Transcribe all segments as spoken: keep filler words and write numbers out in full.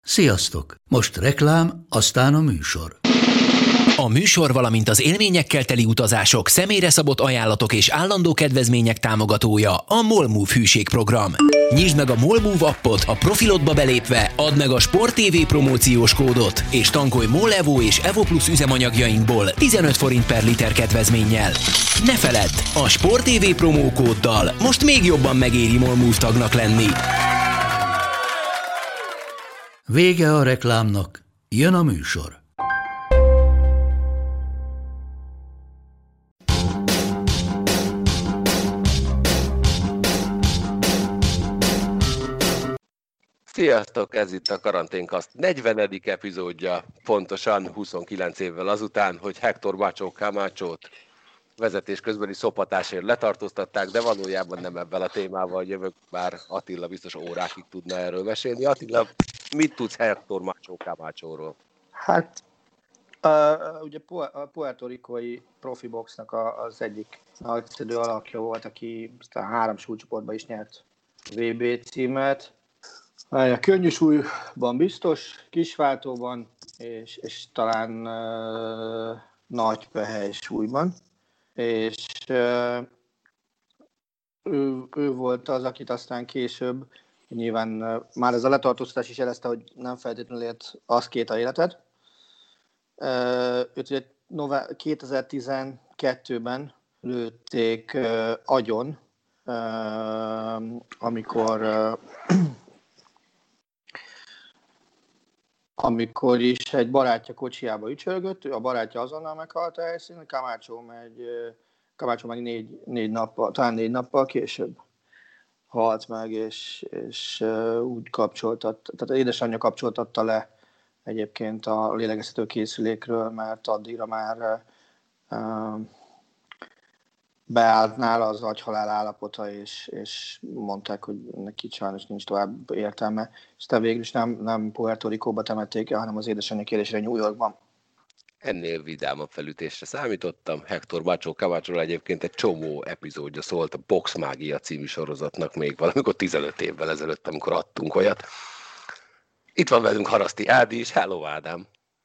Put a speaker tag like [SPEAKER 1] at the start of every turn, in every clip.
[SPEAKER 1] Sziasztok! Most reklám, aztán a műsor.
[SPEAKER 2] A műsor, valamint az élményekkel teli utazások, személyre szabott ajánlatok és állandó kedvezmények támogatója a MOLMOVE hűségprogram. Nyisd meg a MOLMOVE appot, a profilodba belépve add meg a Sport té vé promóciós kódot, és tankolj MOL Evo és Evo Plus üzemanyagjainkból tizenöt forint per liter kedvezménnyel. Ne feledd, a Sport té vé promókóddal most még jobban megéri MOLMOVE tagnak lenni.
[SPEAKER 1] Vége a reklámnak, jön a műsor.
[SPEAKER 3] Sziasztok, ez itt a Karanténkast negyvenedik epizódja, pontosan huszonkilenc évvel azután, hogy Héctor Macho Camachót vezetés közbeni szopatásért letartóztatták, de valójában nem ebben a témával jövök, bár Attila biztos órákig tudna erről mesélni. Attila, mit tudsz Héctor Macho Camachóról?
[SPEAKER 4] Hát, uh, ugye a Puerto Ricói profi boxnak az egyik nagyszerű alakja volt, aki aztán három súlycsoportban is nyert vé bé címet. A könnyű súlyban biztos, kisváltóban, és, és talán uh, nagy pehely súlyban. És uh, ő, ő volt az, akit aztán később, nyilván uh, már ez a letartóztatás is jelezte, hogy nem feltétlenül élt az két a életet. Uh, őt ugye nove- kétezer-tizenkettőben lőtték uh, agyon, uh, amikor... Uh, amikor is egy barátja kocsiába ücsörgött, a barátja azonnal meghalt a helyszínen, Camacho meg, Camacho meg négy, négy nappal, talán négy nappal később halt meg, és, és úgy kapcsoltat, tehát az édesanyja kapcsoltatta le egyébként a lélegeztető készülékről, mert addigra már uh, beállt nála az agyhalál állapota, és, és mondták, hogy neki sajnos nincs tovább értelme. És te végül is nem, nem Puerto Ricóba temették el, hanem az édesanyja kérésére New Yorkban.
[SPEAKER 3] Ennél vidámabb felütésre számítottam. Héctor Macho Camachóról egyébként egy csomó epizódja szólt a Box Mágia című sorozatnak még valamikor tizenöt évvel ezelőtt, amikor adtunk olyat. Itt van velünk Haraszti Ádi is. Hello, Ádám!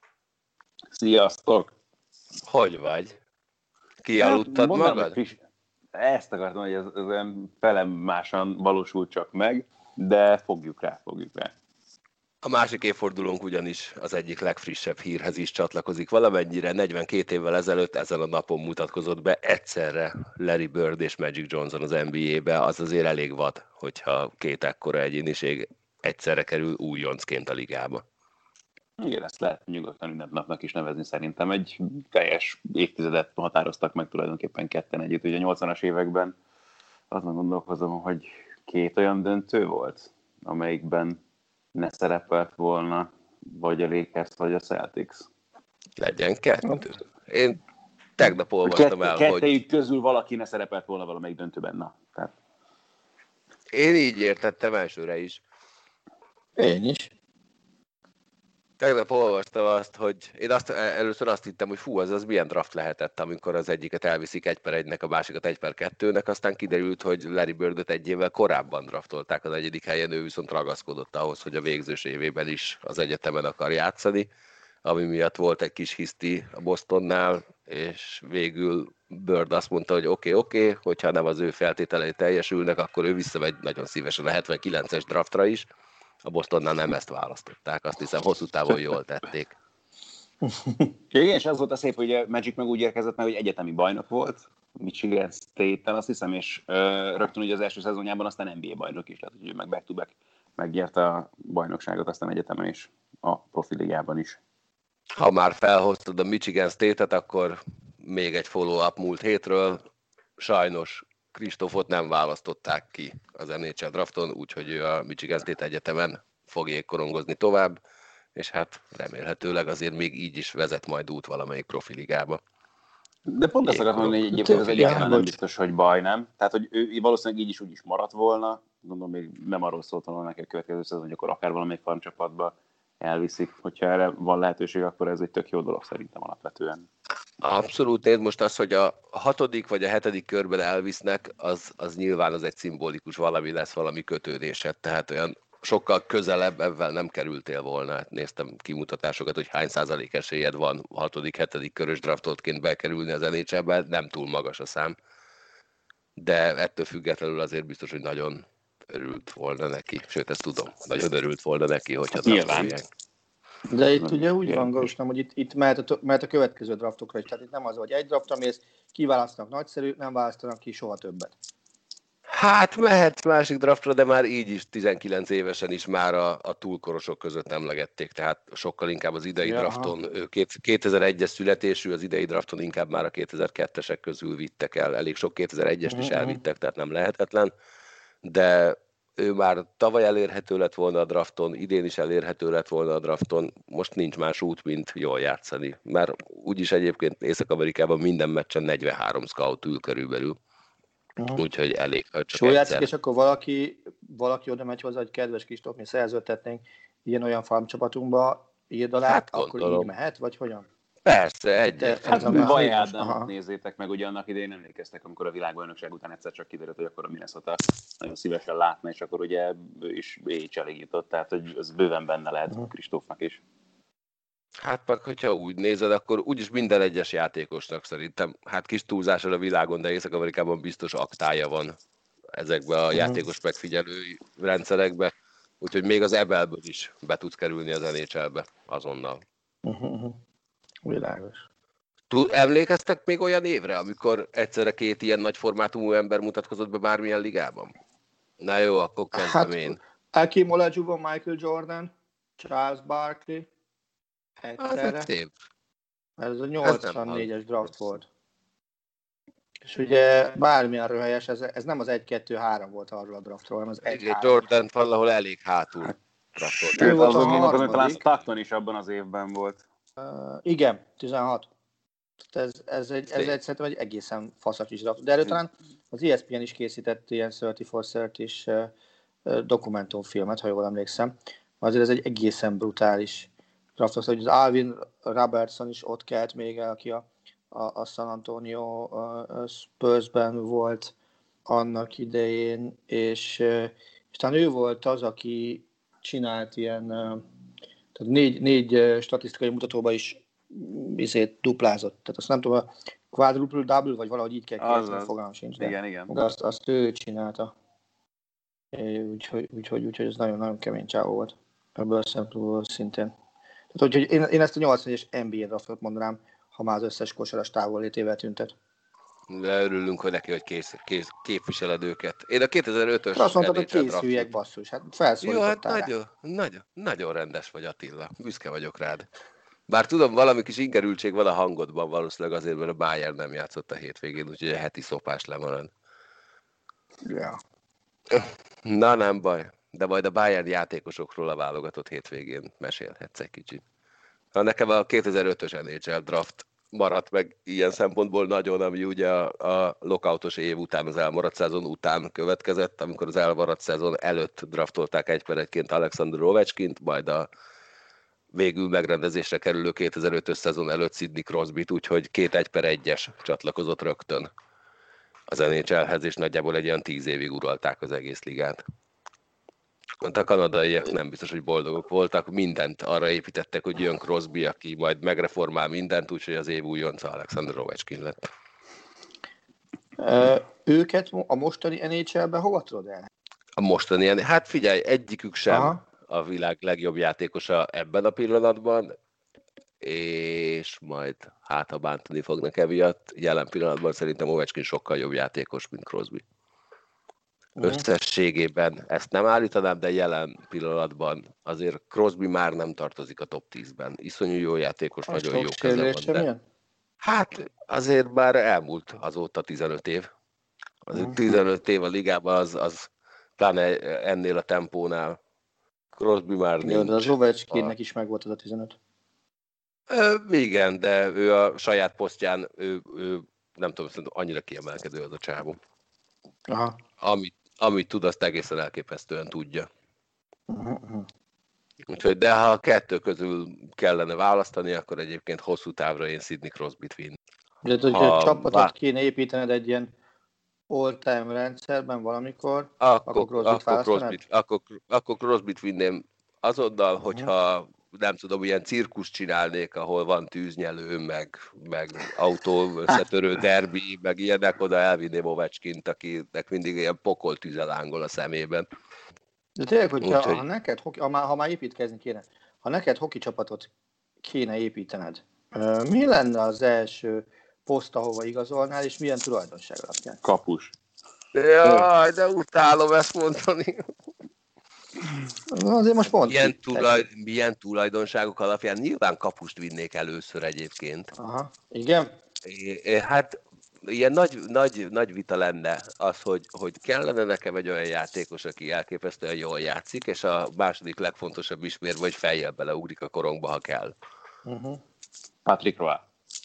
[SPEAKER 5] Sziasztok!
[SPEAKER 3] Hogy vagy? Kialudtad
[SPEAKER 5] hát,
[SPEAKER 3] magad?
[SPEAKER 5] Friss... Ezt akartam, hogy ez, ez olyan felemásan valósul csak meg, de fogjuk rá, fogjuk rá.
[SPEAKER 3] A másik évfordulónk ugyanis az egyik legfrissebb hírhez is csatlakozik. Valamennyire negyvenkét évvel ezelőtt ezen a napon mutatkozott be egyszerre Larry Bird és Magic Johnson az en bé á-be. Az azért elég vad, hogyha két ekkora egyéniség egyszerre kerül újoncként a ligába.
[SPEAKER 5] Igen, ezt lehet nyugodtan ünnepnapnak is nevezni szerintem. Egy teljes évtizedet határoztak meg tulajdonképpen ketten együtt. Ugye a nyolcvanas években azon gondolkozom, hogy két olyan döntő volt, amelyikben ne szerepelt volna vagy a Lakers, vagy a Celtics.
[SPEAKER 3] Legyen kettő. Én tegnap olvastam el,
[SPEAKER 5] Kett,
[SPEAKER 3] hogy...
[SPEAKER 5] Kettejük közül valaki ne szerepelt volna valamelyik döntőben. Na, tehát...
[SPEAKER 3] Én így értettem elsőre is.
[SPEAKER 4] Én is.
[SPEAKER 3] Tegnap olvastam azt, hogy én azt, először azt hittem, hogy fú, az az milyen draft lehetett, amikor az egyiket elviszik egy per egynek, a másikat egy per kettőnek, aztán kiderült, hogy Larry Birdöt egy évvel korábban draftolták a negyedik helyen, ő viszont ragaszkodott ahhoz, hogy a végzős évében is az egyetemen akar játszani, ami miatt volt egy kis hiszti a Bostonnál, és végül Bird azt mondta, hogy oké, okay, oké, okay, hogyha nem az ő feltételei teljesülnek, akkor ő visszamegy nagyon szívesen a hetvenkilences draftra is. A Bostonnál nem ezt választották, azt hiszem hosszú távon jól tették.
[SPEAKER 5] Igen, és az volt a szép, hogy a Magic meg úgy érkezett meg, hogy egyetemi bajnok volt, Michigan State-tel azt hiszem, és uh, rögtön ugye az első szezonjában aztán en bé á bajnok is lett, úgyhogy meg back-to-back megnyerte a bajnokságot aztán egyetemen is, a profiligában is.
[SPEAKER 3] Ha már felhoztad a Michigan State-et, akkor még egy follow-up múlt hétről. Sajnos Kristófot nem választották ki az en há el drafton, úgyhogy ő a Michigan State Egyetemen fog jégkorongozni tovább, és hát remélhetőleg azért még így is vezet majd út valamelyik profiligába.
[SPEAKER 5] De pont azt akartam mondani, hogy egyébként az egyáltalán nem biztos, hogy baj, nem? Tehát, hogy ő valószínűleg így is úgy is maradt volna, gondolom még nem arról szólt volna neki a következő szezon, hogy akkor akár valamelyik farmcsapatba elviszik, hogyha erre van lehetőség, akkor ez egy tök jó dolog szerintem alapvetően.
[SPEAKER 3] Abszolút, nézd most az, hogy a hatodik vagy a hetedik körben elvisznek, az, az nyilván az egy szimbolikus valami lesz, valami kötődésed, tehát olyan sokkal közelebb ebben nem kerültél volna. Hát néztem kimutatásokat, hogy hány százalék esélyed van hatodik hetedik körös draftoltként bekerülni az en há el-be, nem túl magas a szám. De ettől függetlenül azért biztos, hogy nagyon örült volna neki. Sőt, ezt tudom, nagyon örült volna neki, hogyha draftolják.
[SPEAKER 4] De itt ugye úgy van, Galosnám, hogy itt, itt mehet, a, mehet a következő draftokra is. Tehát itt nem az, hogy egy draftra mész, kiválasztanak nagyszerű, nem választanak ki soha többet.
[SPEAKER 3] Hát mehetsz másik draftra, de már így is tizenkilenc évesen is már a, a túlkorosok között emlegették, tehát sokkal inkább az idei ja, drafton, kétezer-egyes születésű, az idei drafton inkább már a kétezer-kettesek közül vittek el, elég sok kétezer-egyest is elvittek, tehát nem lehetetlen, de ő már tavaly elérhető lett volna a drafton, idén is elérhető lett volna a drafton, most nincs más út, mint jól játszani, mert úgyis egyébként Észak-Amerikában minden meccsen negyvenhárom scout ül körülbelül. Uh-huh. Úgyhogy elég.
[SPEAKER 4] Só játszik, és akkor valaki, valaki oda megy hozzá, hogy kedves Kristóf, mi szerződtetnénk ilyen-olyan farmcsapatunkba, írd alá, hát, akkor gondolom. Így mehet, vagy hogyan?
[SPEAKER 3] Persze, egyet.
[SPEAKER 5] Hát Vajádát nézzétek meg, ugye annak idején emlékeztek, amikor a világbajnokság után egyszer csak kiderült, hogy akkor a Minnesota nagyon szívesen látna, és akkor ugye ő is így elégított, tehát hogy az bőven benne lehet uh-huh. Kristófnak is.
[SPEAKER 3] Hát meg, hogyha úgy nézed, akkor úgyis minden egyes játékosnak szerintem, hát kis túlzással a világon, de Észak-Amerikában biztos aktája van ezekbe a uh-huh. játékos megfigyelői rendszerekbe, úgyhogy még az é bé el-ből is be tudsz kerülni az en há el-be azonnal.
[SPEAKER 4] Uh-huh. Világos.
[SPEAKER 3] Tud, emlékeztek még olyan évre, amikor egyszerre két ilyen nagy formátumú ember mutatkozott be bármilyen ligában? Na jó, akkor kezdem hát, én.
[SPEAKER 4] Hakeem Olajuwon, Michael Jordan, Charles Barkley, egyszerre.
[SPEAKER 3] Az szép.
[SPEAKER 4] Ez a nyolcvannégyes draft volt. És ugye bármilyen röhelyes, ez, ez nem az egy kettő három volt arról a draftról, hanem az egy három.
[SPEAKER 3] Jordan valahol elég hátul hát,
[SPEAKER 5] draftolt. Ő volt a harmadik. Talán Stockton is abban az évben volt.
[SPEAKER 4] Uh, igen, tizenhat. Ez, ez, egy, ez egy, szerintem egy egészen faszakis draft. De erről talán az é es pé en is készített ilyen harmincnégy harmincas uh, uh, dokumentumfilmet, ha jól emlékszem. Azért ez egy egészen brutális draft. Hogy az Alvin Robertson is ott kelt még el, aki a, a, a San Antonio uh, Spursben volt annak idején, és, uh, és talán ő volt az, aki csinált ilyen uh, tehát négy, négy uh, statisztikai mutatóban is izét duplázott. Tehát azt nem tudom, a quadruple double, vagy valahogy így kell kérdezni, fogalmam sincs. De,
[SPEAKER 5] igen, igen.
[SPEAKER 4] de azt, azt ő csinálta. Úgyhogy, úgyhogy, úgyhogy ez nagyon-nagyon kemény csávó volt. Ebből a szempontból szintén. Tehát, úgyhogy én, én ezt a nyolcvannégyes en bé á draftot mondanám, ha már az összes kosaras távollétével tüntet.
[SPEAKER 3] De örülünk, hogy neki, hogy kész, kész, képviseled őket. Én a kétezer-ötös
[SPEAKER 4] azt mondtad, hogy készüljek, basszus. Hát felszólítottál.
[SPEAKER 3] Jó, hát nagyon, nagyon, nagyon rendes vagy, Attila. Büszke vagyok rád. Bár tudom, valami kis ingerültség van a hangodban, valószínűleg azért, mert a Bayern nem játszott a hétvégén, úgyhogy a heti szopás lemarad.
[SPEAKER 4] Ja.
[SPEAKER 3] Na, nem baj. De majd a Bayern játékosokról a válogatott hétvégén mesélhetsz egy kicsit. Ha nekem a kétezer-ötös en há el draft maradt meg ilyen szempontból nagyon, ami ugye a, a lockoutos év után, az elmaradt szezon után következett, amikor az elmaradt szezon előtt draftolták egy per egyként Alexander Ovechkint, majd a végül megrendezésre kerülő kétezer-ötös szezon előtt Sidney Crosbyt, úgyhogy két egy per egyes csatlakozott rögtön az en há elhez, és nagyjából egy olyan tíz évig uralták az egész ligát. A kanadaiak nem biztos, hogy boldogok voltak, mindent arra építettek, hogy jön Crosby, aki majd megreformál mindent, úgyhogy az év újonca Alexander Ovechkin lett.
[SPEAKER 4] Ö, őket a mostani en há el-ben hova tudod el?
[SPEAKER 3] A mostani en há el? Hát figyelj, egyikük sem Aha. a világ legjobb játékosa ebben a pillanatban, és majd hát ha bántani fognak emiatt. Jelen pillanatban szerintem Ovechkin sokkal jobb játékos, mint Crosby. Összességében ezt nem állítanám, de jelen pillanatban azért Crosby már nem tartozik a top tízben. Iszonyú jó játékos,
[SPEAKER 4] most
[SPEAKER 3] nagyon jó keze van. De... Hát azért már elmúlt azóta tizenöt év. Azért tizenöt év a ligában az, az pláne ennél a tempónál. Crosby már nincs.
[SPEAKER 4] Jó, de az Ovechkinnek a... is megvolt az a tizenöt.
[SPEAKER 3] Ö, igen, de ő a saját posztján, ő, ő nem tudom, annyira kiemelkedő az a csávó.
[SPEAKER 4] Aha.
[SPEAKER 3] Amit, amit tud, azt egészen elképesztően tudja.
[SPEAKER 4] Uh-huh.
[SPEAKER 3] Úgyhogy, de ha a kettő közül kellene választani, akkor egyébként hosszú távra én Sidney Crosbyt vinni.
[SPEAKER 4] De hogy ha csapatot vá... kéne építened egy ilyen all-time rendszerben valamikor,
[SPEAKER 3] Akkor,
[SPEAKER 4] akkor Crosbyt
[SPEAKER 3] akkor,
[SPEAKER 4] választanád?
[SPEAKER 3] Crosbyt, akkor, akkor Crosbyt vinném azonnal, hogyha nem tudom, ilyen cirkusz csinálnék, ahol van tűznyelő, meg, meg autó összetörő derbi, meg ilyenek, oda elvinném Ovechkint, akinek mindig ilyen pokol tüze lángol a szemében.
[SPEAKER 4] De tényleg, hogyha
[SPEAKER 3] Úgyhogy-
[SPEAKER 4] ha neked, hoki, ha, már, ha már építkezni kéne, ha neked hoki csapatot kéne építened, ö, mi lenne az első poszt, ahova igazolnál, és milyen tulajdonság alapján?
[SPEAKER 5] Kapus.
[SPEAKER 3] Jaj, de utálom ezt mondani.
[SPEAKER 4] Na, azért most mondd
[SPEAKER 3] Milyen,
[SPEAKER 4] ki.
[SPEAKER 3] tulaj, milyen tulajdonságok alapján? Nyilván kapust vinnék először egyébként.
[SPEAKER 4] Aha, igen?
[SPEAKER 3] É, é, hát ilyen nagy, nagy, nagy vita lenne az, hogy, hogy kellene nekem egy olyan játékos, aki elképesztően jól játszik, és a második legfontosabb ismérve, hogy fejjel beleugrik a korongba, ha kell.
[SPEAKER 4] Uh-huh.
[SPEAKER 5] Patrick Roy.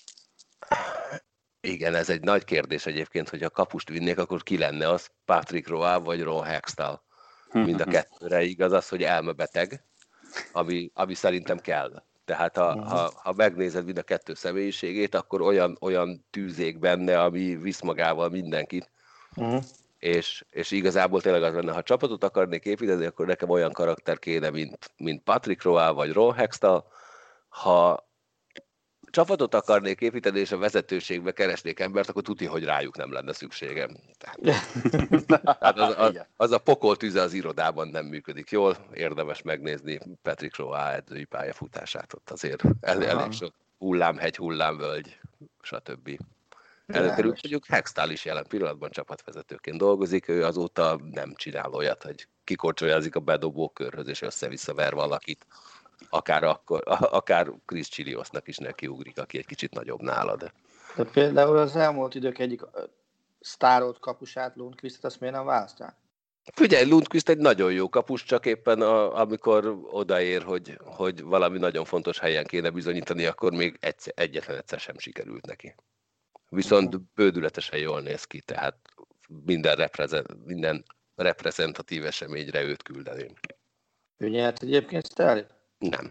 [SPEAKER 3] Igen, ez egy nagy kérdés egyébként, hogy ha kapust vinnék, akkor ki lenne az, Patrick Roy vagy Ron Hextall. Mind a kettőre igaz az, hogy elmebeteg, ami, ami szerintem kell. Tehát ha, uh-huh. ha, ha megnézed mind a kettő személyiségét, akkor olyan, olyan tűzék benne, ami visz magával mindenkit.
[SPEAKER 4] Uh-huh.
[SPEAKER 3] És, és igazából tényleg az lenne, ha csapatot akarnék építeni, akkor nekem olyan karakter kéne, mint, mint Patrick Roy vagy Ron Hextall. Ha csapatot akarnék építeni, és a vezetőségbe keresnék embert, akkor tudja, hogy rájuk nem lenne szükségem. Tehát, tehát az, az, az a pokol tüze az irodában nem működik jól, érdemes megnézni Patrick Roy edzői pályafutását, ott azért el, elég sok hullámhegy, hullámvölgy, stb. Előkerült, mondjuk Hextall is jelen pillanatban csapatvezetőként dolgozik, ő azóta nem csinál olyat, hogy kikorcsoljázik a bedobókörhöz, és össze-vissza ver valakit. Akár, akkor, akár Chris Chiliosnak is nekiugrik, aki egy kicsit nagyobb nála. De...
[SPEAKER 4] de például az elmúlt idők egyik sztárod kapusát, Lundqvistet, azt miért nem választál?
[SPEAKER 3] Figyelj, Lundqvist egy nagyon jó kapus, csak éppen a, amikor odaér, hogy, hogy valami nagyon fontos helyen kéne bizonyítani, akkor még egyszer, egyetlen egyszer sem sikerült neki. Viszont uh-huh. bődületesen jól néz ki, tehát minden, reprezent, minden reprezentatív eseményre őt küldeném.
[SPEAKER 4] Ő nyert egyébként Stanley?
[SPEAKER 3] Nem.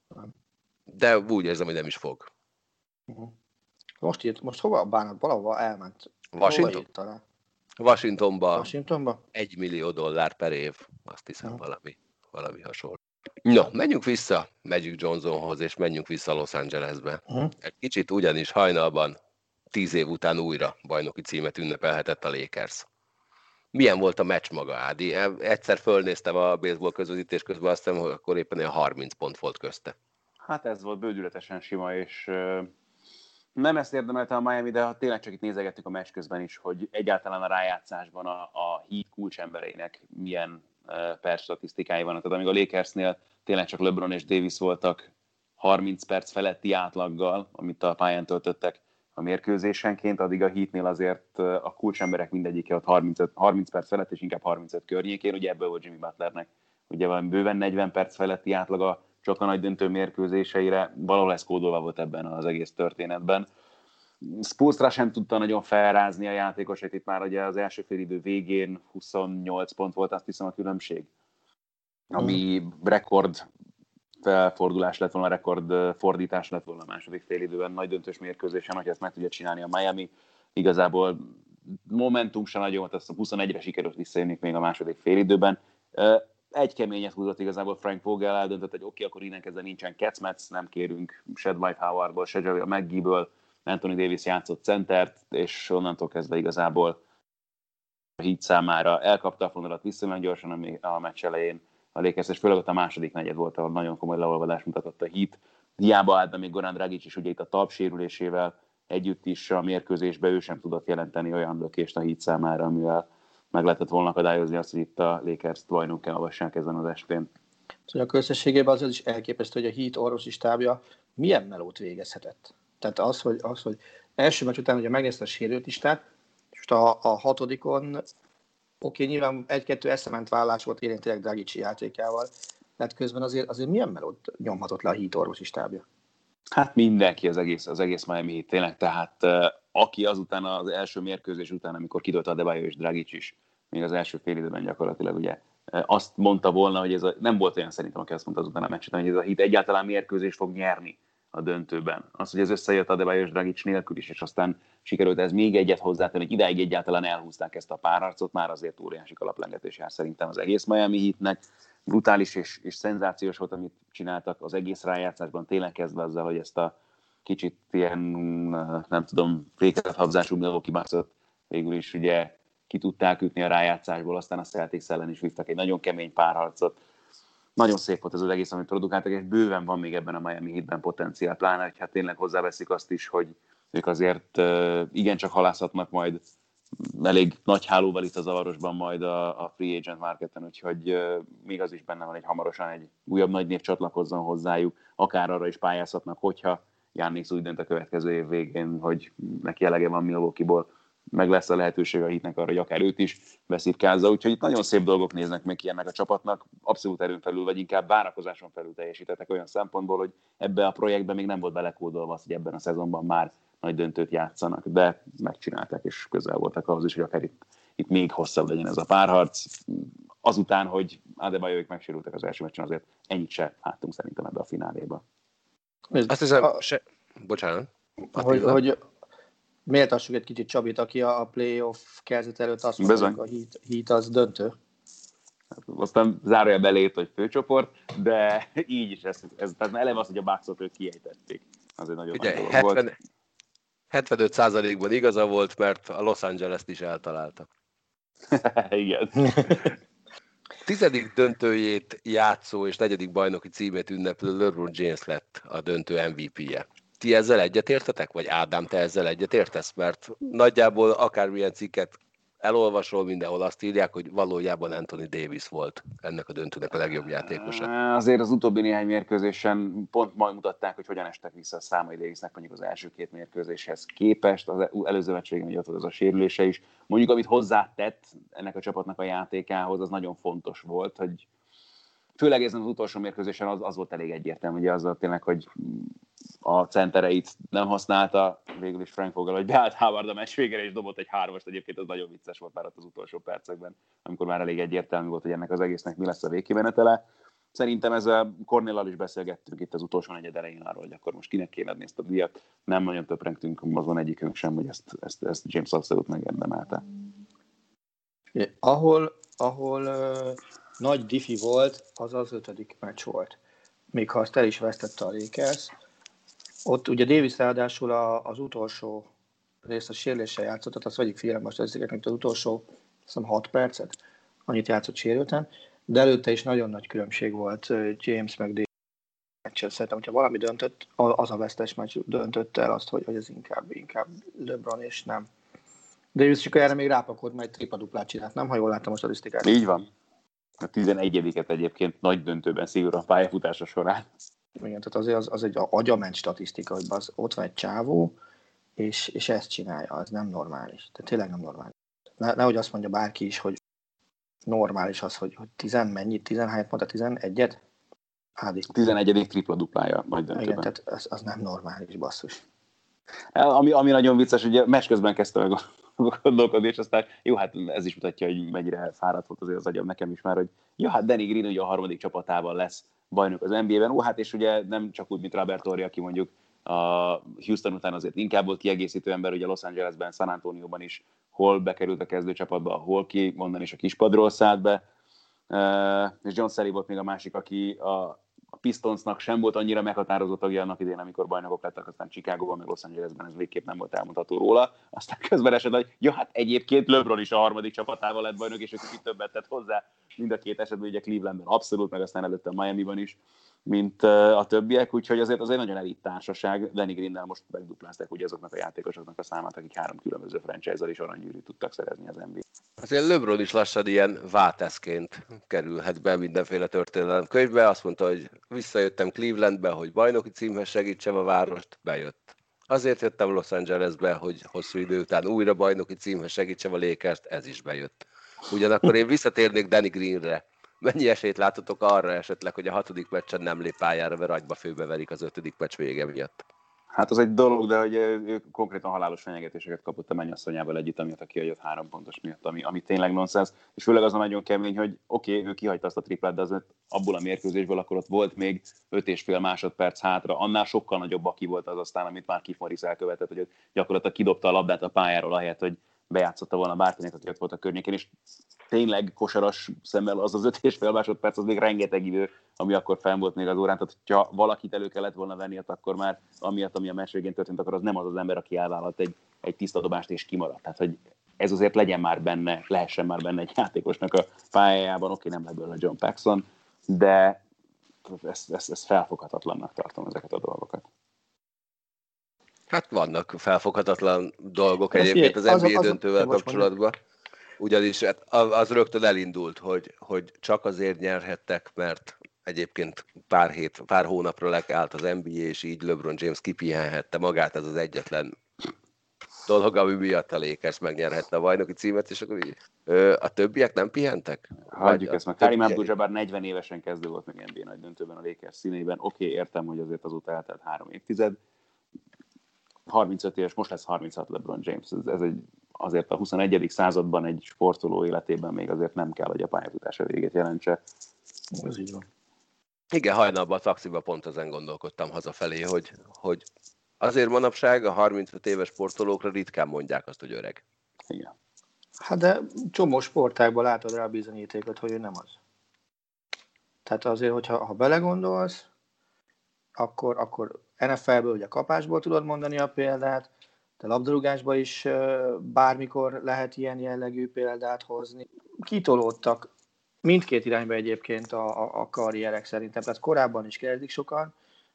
[SPEAKER 3] De úgy érzem, hogy nem is fog.
[SPEAKER 4] Uh-huh. Most írt, most hova bánat? Valahova elment.
[SPEAKER 3] Washington? Washingtonba.
[SPEAKER 4] Washingtonba?
[SPEAKER 3] Egy millió dollár per év. Azt hiszem
[SPEAKER 4] uh-huh. valami,
[SPEAKER 3] valami hasonló. No, menjünk vissza Magic Johnsonhoz, és menjünk vissza Los Angelesbe. Uh-huh. Egy kicsit ugyanis hajnalban, tíz év után újra bajnoki címet ünnepelhetett a Lakers. Milyen volt a meccs maga, Ádi? Egyszer fölnéztem a baseball közvetítés közben, azt hiszem, hogy akkor éppen olyan harminc pont volt közte.
[SPEAKER 5] Hát ez volt bődületesen sima, és uh, nem ezt érdemelte a Miami, de ha tényleg csak itt nézegettük a meccs közben is, hogy egyáltalán a rájátszásban a, a Heat kulcsembereinek milyen uh, perc statisztikái vannak. Tehát amíg a Lakersnél tényleg csak LeBron és Davis voltak harminc perc feletti átlaggal, amit a pályán töltöttek a mérkőzésenként, addig a Heatnél azért a kulcsemberek mindegyike ott harmincöt, harminc perc felett, és inkább harmincöt környékén, ugye ebből volt Jimmy Butlernek ugye valami bőven negyven perc feletti átlaga csak a nagy döntő mérkőzéseire, valahol ez kódolva volt ebben az egész történetben. Spolstra sem tudta nagyon felrázni a játékosait, itt már ugye az első félidő végén huszonnyolc pont volt, azt hiszem a különbség, ami rekord felfordulás lett volna, rekord fordítás lett volna a második félidőben, nagy döntős mérkőzésen, hogy ezt meg tudja csinálni a Miami. Igazából momentum sem nagyon volt, azt huszonegyre sikerült visszajönni még a második félidőben. Egy keményet húzott igazából Frank Vogel, eldöntött, hogy oké, okay, akkor innen kezdve nincsen Kecmec, nem kérünk se Dwight Howardból, se Javier McGee-ből, Anthony Davis játszott centert, és onnantól kezdve igazából a Heat számára elkapta a fonalat viszonylag gyorsan a meccs elején a Lakers, és főleg ott a második negyed volt, ahol nagyon komoly leolvadást mutatott a Heat. Hiába állt be még Goran Dragic is ugye itt a talpsérülésével együtt is a mérkőzésben, ő sem tudott jelenteni olyan lökést a Heat számára, amivel meg lehetett volna akadályozni azt, hogy itt a Lakers bajnokká olvassák ezen az estén.
[SPEAKER 4] Szóval a összességében az is elképesztő, hogy a Heat orvosi stábja milyen melót végezhetett. Tehát az, hogy, az, hogy első meccs után ugye megnézte a sérültlistát, és most a, a hatodikon oké, okay, nyilván egy-kettő eszement vállás volt élén tényleg Dragicsi játékával, tehát közben azért, azért milyen melót nyomhatott le a Heat orvosi stábja?
[SPEAKER 5] Hát mindenki, az egész, az egész Miami Heat tényleg, tehát uh, aki azután az első mérkőzés után, amikor kidőlt Adebayo és Dragic is, még az első fél időben gyakorlatilag ugye uh, azt mondta volna, hogy ez a, nem volt olyan szerintem, aki azt mondta azután a meccset, hogy ez a Heat egyáltalán mérkőzést fog nyerni a döntőben. Az, hogy ez összejött Adebayo és Dragic nélkül is, és aztán sikerült ez még egyet hozzátenni, hogy idáig egyáltalán elhúzták ezt a párharcot, már azért óriási kalaplengetés jár szerintem az egész Miami Heatnek. Brutális és, és szenzációs volt, amit csináltak az egész rájátszásban, tényleg kezdve azzal, hogy ezt a kicsit ilyen, nem tudom, fékezhabzású Milwaukee Bucksot végül is ugye ki tudták ütni a rájátszásból, aztán a Celtics ellen is vívtak egy nagyon kemény párharcot. Nagyon szép volt ez az egész, amit produkáltak, és bőven van még ebben a Miami Heatben potenciál, pláne, hogy hát tényleg hozzáveszik azt is, hogy ők azért igencsak halászhatnak majd elég nagy hálóval itt a zavarosban majd a, a free agent marketen, úgyhogy még az is benne van, hogy hamarosan egy újabb nagy név csatlakozzon hozzájuk, akár arra is pályázhatnak, hogyha Giannis úgy dönt a következő év végén, hogy neki elege van Milwaukee-ból, meg lesz a lehetőség a Heatnek arra, hogy akár őt is beszívkázza, úgyhogy itt nagyon szép dolgok néznek meg ki ennek a csapatnak, abszolút erőn felül, vagy inkább várakozáson felül teljesítettek olyan szempontból, hogy ebbe a projektben még nem volt belekódolva az, hogy ebben a szezonban már nagy döntőt játszanak, de megcsinálták, és közel voltak ahhoz is, hogy akár itt, itt még hosszabb legyen ez a párharc. Azután, hogy Adebayoik megsérültek az első meccsen, azért ennyit se láttunk szerintem ebbe a fináléba.
[SPEAKER 3] Azt hiszem, a... se... bocsánat.
[SPEAKER 4] Hogy, hogy méltassuk egy kicsit Csabit, aki a playoff kezdet előtt azt mondta, hogy a Heat, Heat az döntő.
[SPEAKER 5] Aztán zárja belét, hogy főcsoport, de így is ez, ez tehát eleve az, hogy a Bucksot ők kiejtették. Az egy nagyon
[SPEAKER 3] ugye,
[SPEAKER 5] nagy dolog
[SPEAKER 3] hetven,
[SPEAKER 5] volt.
[SPEAKER 3] hetvenöt százalékban igaza volt, mert a Los Angeles-t is eltalálta.
[SPEAKER 5] Igen.
[SPEAKER 3] Tizedik döntőjét játszó és negyedik bajnoki címét ünneplő LeBron James lett a döntő em vé pé-je. Ti ezzel egyetértetek? Vagy Ádám, te ezzel egyetértesz? Mert nagyjából akármilyen cikket elolvasol, mindenhol azt írják, hogy valójában Anthony Davis volt ennek a döntőnek a legjobb játékosa.
[SPEAKER 5] Azért az utóbbi néhány mérkőzésen pont majd mutatták, hogy hogyan estek vissza a számai Davisnek mondjuk az első két mérkőzéshez képest. Az előző meccségen, hogy ott volt az a sérülése is. Mondjuk, amit hozzátett ennek a csapatnak a játékához, az nagyon fontos volt, hogy főleg ezen az utolsó mérkőzésen az, az volt elég egyértelmű, ugye azzal tényleg, hogy a centereit nem használta, végül is Frank Vogel, hogy beállt Howard a meccs végére, és dobott egy hármast, egyébként az nagyon vicces volt már ott az utolsó percekben, amikor már elég egyértelmű volt, hogy ennek az egésznek mi lesz a végkimenetele. Szerintem ezzel Kornéllal is beszélgettünk itt az utolsó negyed elején arról, hogy akkor most kinek kéne adni ezt a díjat. Nem nagyon töprengtünk azon egyikünk sem, hogy ezt, ezt, ezt James abszolút megendemelte.
[SPEAKER 4] Ahol, ahol uh, nagy diffi volt, az az ötödik meccs volt. Még ha azt el is vesztette a Lakers. Ott ugye Davis ráadásul a, az utolsó részt a sérüléssel játszott, tehát azt vegyük figyelembe, most összegetnek az utolsó hiszem, hat percet, annyit játszott sérülten, de előtte is nagyon nagy különbség volt James meg Davis meccsen. Szerintem, hogyha valami döntött, az a vesztes meccs döntött el azt, hogy, hogy ez inkább, inkább LeBron és nem. Davis csak erre még rápakolt, majd tripa-duplát csinált, nem? Ha jól láttam a statisztikát.
[SPEAKER 5] Így van. A tizenegyediket egyébként nagy döntőben szigorúan pályafutása során.
[SPEAKER 4] Igen, tehát azért az, az egy agyament statisztika, hogy az, ott van egy csávó, és, és ezt csinálja, az nem normális. Tehát tényleg nem normális. Ne, nehogy azt mondja bárki is, hogy normális az, hogy, hogy tizen mennyit, tizenhányat mondta, tizenegyet? Ádi.
[SPEAKER 5] tizenegyedik tripla-duplája majd döntőben.
[SPEAKER 4] Igen, tehát az, az nem normális, basszus.
[SPEAKER 5] Ami, ami nagyon vicces, ugye meccs közben kezdte meg gondolkodni, és aztán jó, hát ez is mutatja, hogy mennyire fáradt volt azért az agyam nekem is már, hogy jó, hát Danny Green ugye a harmadik csapatával lesz bajnok az en bé á-ben, ó, hát és ugye nem csak úgy, mint Robert Horry, aki mondjuk a Houston után azért inkább volt kiegészítő ember, ugye Los Angelesben, San Antonióban is hol bekerült a kezdőcsapatba, hol ki, onnan is a kispadról szállt be, és John Sally volt még a másik, aki a a Pistonsnak sem volt annyira meghatározott tagja annak idén, amikor bajnokok lettek, aztán Chicagóban, meg Los Angelesben ez végképp nem volt elmondható róla. Aztán közben esett, hogy ja, hát egyébként LeBron is a harmadik csapatával lett bajnok, és ő kicsit többet tett hozzá mind a két esetben, ugye Clevelandben abszolút, meg aztán előtte Miamiban is, mint a többiek, úgyhogy azért az egy nagyon elit társaság. Danny Greennel most megduplázták ugye azoknak a játékosoknak a számát, akik három különböző franchise-zal is aranygyűrűt tudtak szerezni az en bé á.
[SPEAKER 3] Azért LeBron is lassan ilyen válteszként kerülhet be mindenféle történelem könyvbe. Azt mondta, hogy visszajöttem Clevelandbe, hogy bajnoki címhez segítsem a várost, bejött. Azért jöttem Los Angelesbe, hogy hosszú idő után újra bajnoki címhez segítsem a Lakers-t, ez is bejött. Ugyanakkor én visszatérnék Danny Greenre. Mennyi esélyt látotok arra esetleg, hogy a hatodik meccsen nem lép pályára, mert agyba főbeverik az ötödik meccs vége miatt?
[SPEAKER 5] Hát az egy dolog, de hogy ő konkrétan halálos fenyegetéseket kapott a mennyasszonyával együtt, amiatt a kihagyott három pontos miatt, ami, ami tényleg nonsens. És főleg az a nagyon kemény, hogy oké, okay, ő kihagyta azt a triplát, de azért abból a mérkőzésből akkor ott volt még öt és fél másodperc hátra, annál sokkal nagyobb aki volt az aztán, amit már Keith Morris elkövetett, hogy gyakorlatilag kidobta a labdát a pályáról ahelyett, hogy bejátszotta volna bárkinek, aki ott volt a környékén, és tényleg kosaras szemmel az az öt és fél másodperc, az még rengeteg idő, ami akkor fenn volt még az órán, tehát ha valakit elő kellett volna venni, akkor már amiatt, ami a meccs végén történt, akkor az nem az az ember, aki elvállalt egy, egy tiszta dobást és kimaradt. Tehát, hogy ez azért legyen már benne, lehessen már benne egy játékosnak a pályájában, oké, nem lett belőle John Paxson, de ezt, ezt, ezt felfoghatatlannak tartom ezeket a dolgokat.
[SPEAKER 3] Hát vannak felfoghatatlan dolgok de egyébként az, az en bé á döntővel kapcsolatban. Ugyanis az rögtön elindult, hogy, hogy csak azért nyerhettek, mert egyébként pár hét, pár hónapra lekállt az en bé á, és így LeBron James kipihenhette magát, ez az egyetlen dolog, ami miatt a Lakers megnyerhette a bajnoki címet, és akkor így, ö, a többiek nem pihentek?
[SPEAKER 5] Hagyjuk ezt meg. Karim Abdul-Jabbar negyven évesen kezdő volt meg en bé á nagy döntőben a Lakers színeiben. Oké, okay, értem, hogy azért azóta eltelt három évtized. harmincöt éves, most lesz harminchat LeBron James. Ez, ez egy, azért a huszonegyedik században egy sportoló életében még azért nem kell, hogy a pályafutása végét jelentse.
[SPEAKER 4] Ez így van.
[SPEAKER 3] Igen, hajnalban a taxiban pont ezen gondolkodtam hazafelé, hogy, hogy azért manapság a harmincöt éves sportolókra ritkán mondják azt, hogy öreg.
[SPEAKER 5] Igen.
[SPEAKER 4] Hát de csomó sportágban látod rá a bizonyítékot, hogy ő nem az. Tehát azért, hogyha ha belegondolsz, akkor, akkor en ef el-ből ugye kapásból tudod mondani a példát, de labdarúgásban is bármikor lehet ilyen jellegű példát hozni. Kitolódtak mindkét irányba egyébként a, a, a karrierek szerintem, tehát korábban is kezdik sokan,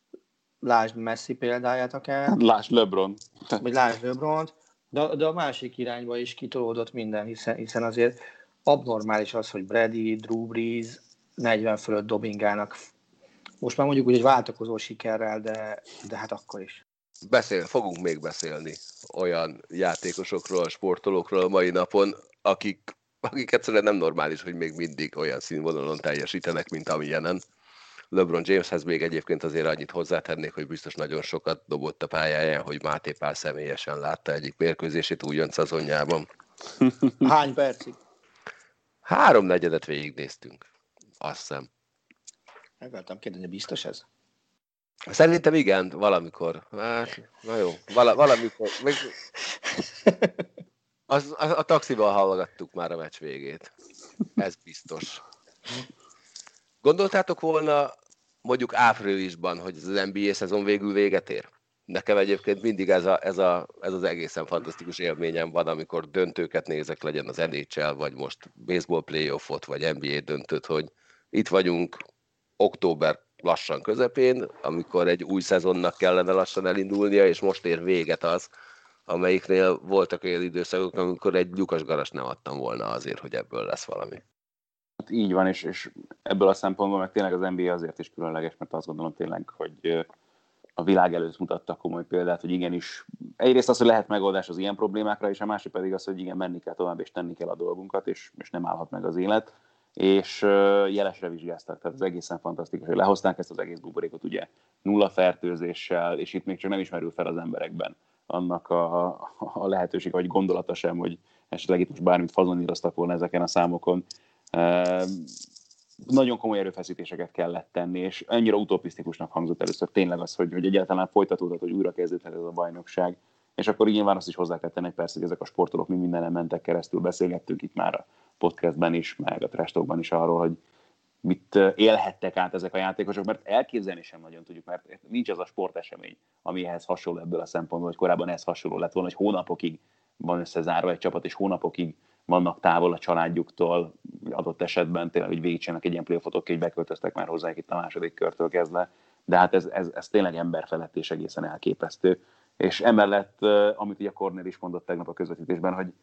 [SPEAKER 4] lásd Messi példáját akár.
[SPEAKER 5] Lásd LeBron.
[SPEAKER 4] Vagy lásd LeBront, de, de a másik irányba is kitolódott minden, hiszen, hiszen azért abnormális az, hogy Brady, Drew Brees negyven fölött dobingálnak. Most már mondjuk úgy egy váltakozó sikerrel, de, de hát akkor is.
[SPEAKER 3] Beszél, fogunk még beszélni olyan játékosokról, sportolókról a mai napon, akik, akik egyszerűen nem normális, hogy még mindig olyan színvonalon teljesítenek, mint amilyenen. LeBron Jameshez még egyébként azért annyit hozzátennék, hogy biztos nagyon sokat dobott a pályáján, hogy Máté Pál személyesen látta egyik mérkőzését újonc szezonjában.
[SPEAKER 4] Hány percig?
[SPEAKER 3] Három negyedet végignéztünk, azt hiszem.
[SPEAKER 4] Meg akartam kérdezni, biztos ez?
[SPEAKER 3] Szerintem igen, valamikor. Hát, na jó, vala, valamikor. Még... Az, a, a taxival hallgattuk már a meccs végét. Ez biztos. Gondoltátok volna mondjuk áprilisban, hogy az en bé á szezon végül véget ér? Nekem egyébként mindig ez, a, ez, a, ez az egészen fantasztikus élményem van, amikor döntőket nézek, legyen az en há el, vagy most baseball playoffot, vagy en bé á döntőt, hogy itt vagyunk október lassan közepén, amikor egy új szezonnak kellene lassan elindulnia, és most ér véget az, amelyiknél voltak olyan időszakok, amikor egy lyukas garast nem adtam volna azért, hogy ebből lesz valami.
[SPEAKER 5] Hát így van, és, és ebből a szempontból meg tényleg az en bé á azért is különleges, mert azt gondolom tényleg, hogy a világ előtt mutattak komoly példát, hogy igenis, egyrészt az, hogy lehet megoldás az ilyen problémákra, és a másik pedig az, hogy igen, menni kell tovább, és tenni kell a dolgunkat, és, és nem állhat meg az élet. És jelesre vizsgáztak, tehát az egészen fantasztikus, hogy lehozták ezt az egész buborékot, ugye nulla fertőzéssel, és itt még csak nem ismerül fel az emberekben annak a, a lehetőség, vagy gondolata sem, hogy esetleg itt most bármit fazoníroztak volna ezeken a számokon. E, nagyon komoly erőfeszítéseket kellett tenni, és annyira utopisztikusnak hangzott először tényleg az, hogy, hogy egyáltalán folytatódott, hogy újra kezdődhet ez a bajnokság. És akkor nyilván azt is hozzá kell tenni, persze, hogy ezek a sportolók mi mindenen mentek keresztül, beszélgettünk itt már a podcastben is, meg a Trash Talkban is arról, hogy mit élhettek át ezek a játékosok, mert elképzelni sem nagyon tudjuk, mert nincs az a sportesemény, ami ehhez hasonló ebből a szempontból, hogy korábban ehhez hasonló lett volna, hogy hónapokig van összezárva egy csapat, és hónapokig vannak távol a családjuktól, adott esetben tényleg, hogy végigcsinálnak egy ilyen playoffot, oké, hogy beköltöztek már hozzájuk itt a második körtől kezdve, de hát ez, ez, ez tényleg emberfelett és egészen elképesztő. És emellett, amit ugye Cornél is mondott tegnap a közvetítésben, hogy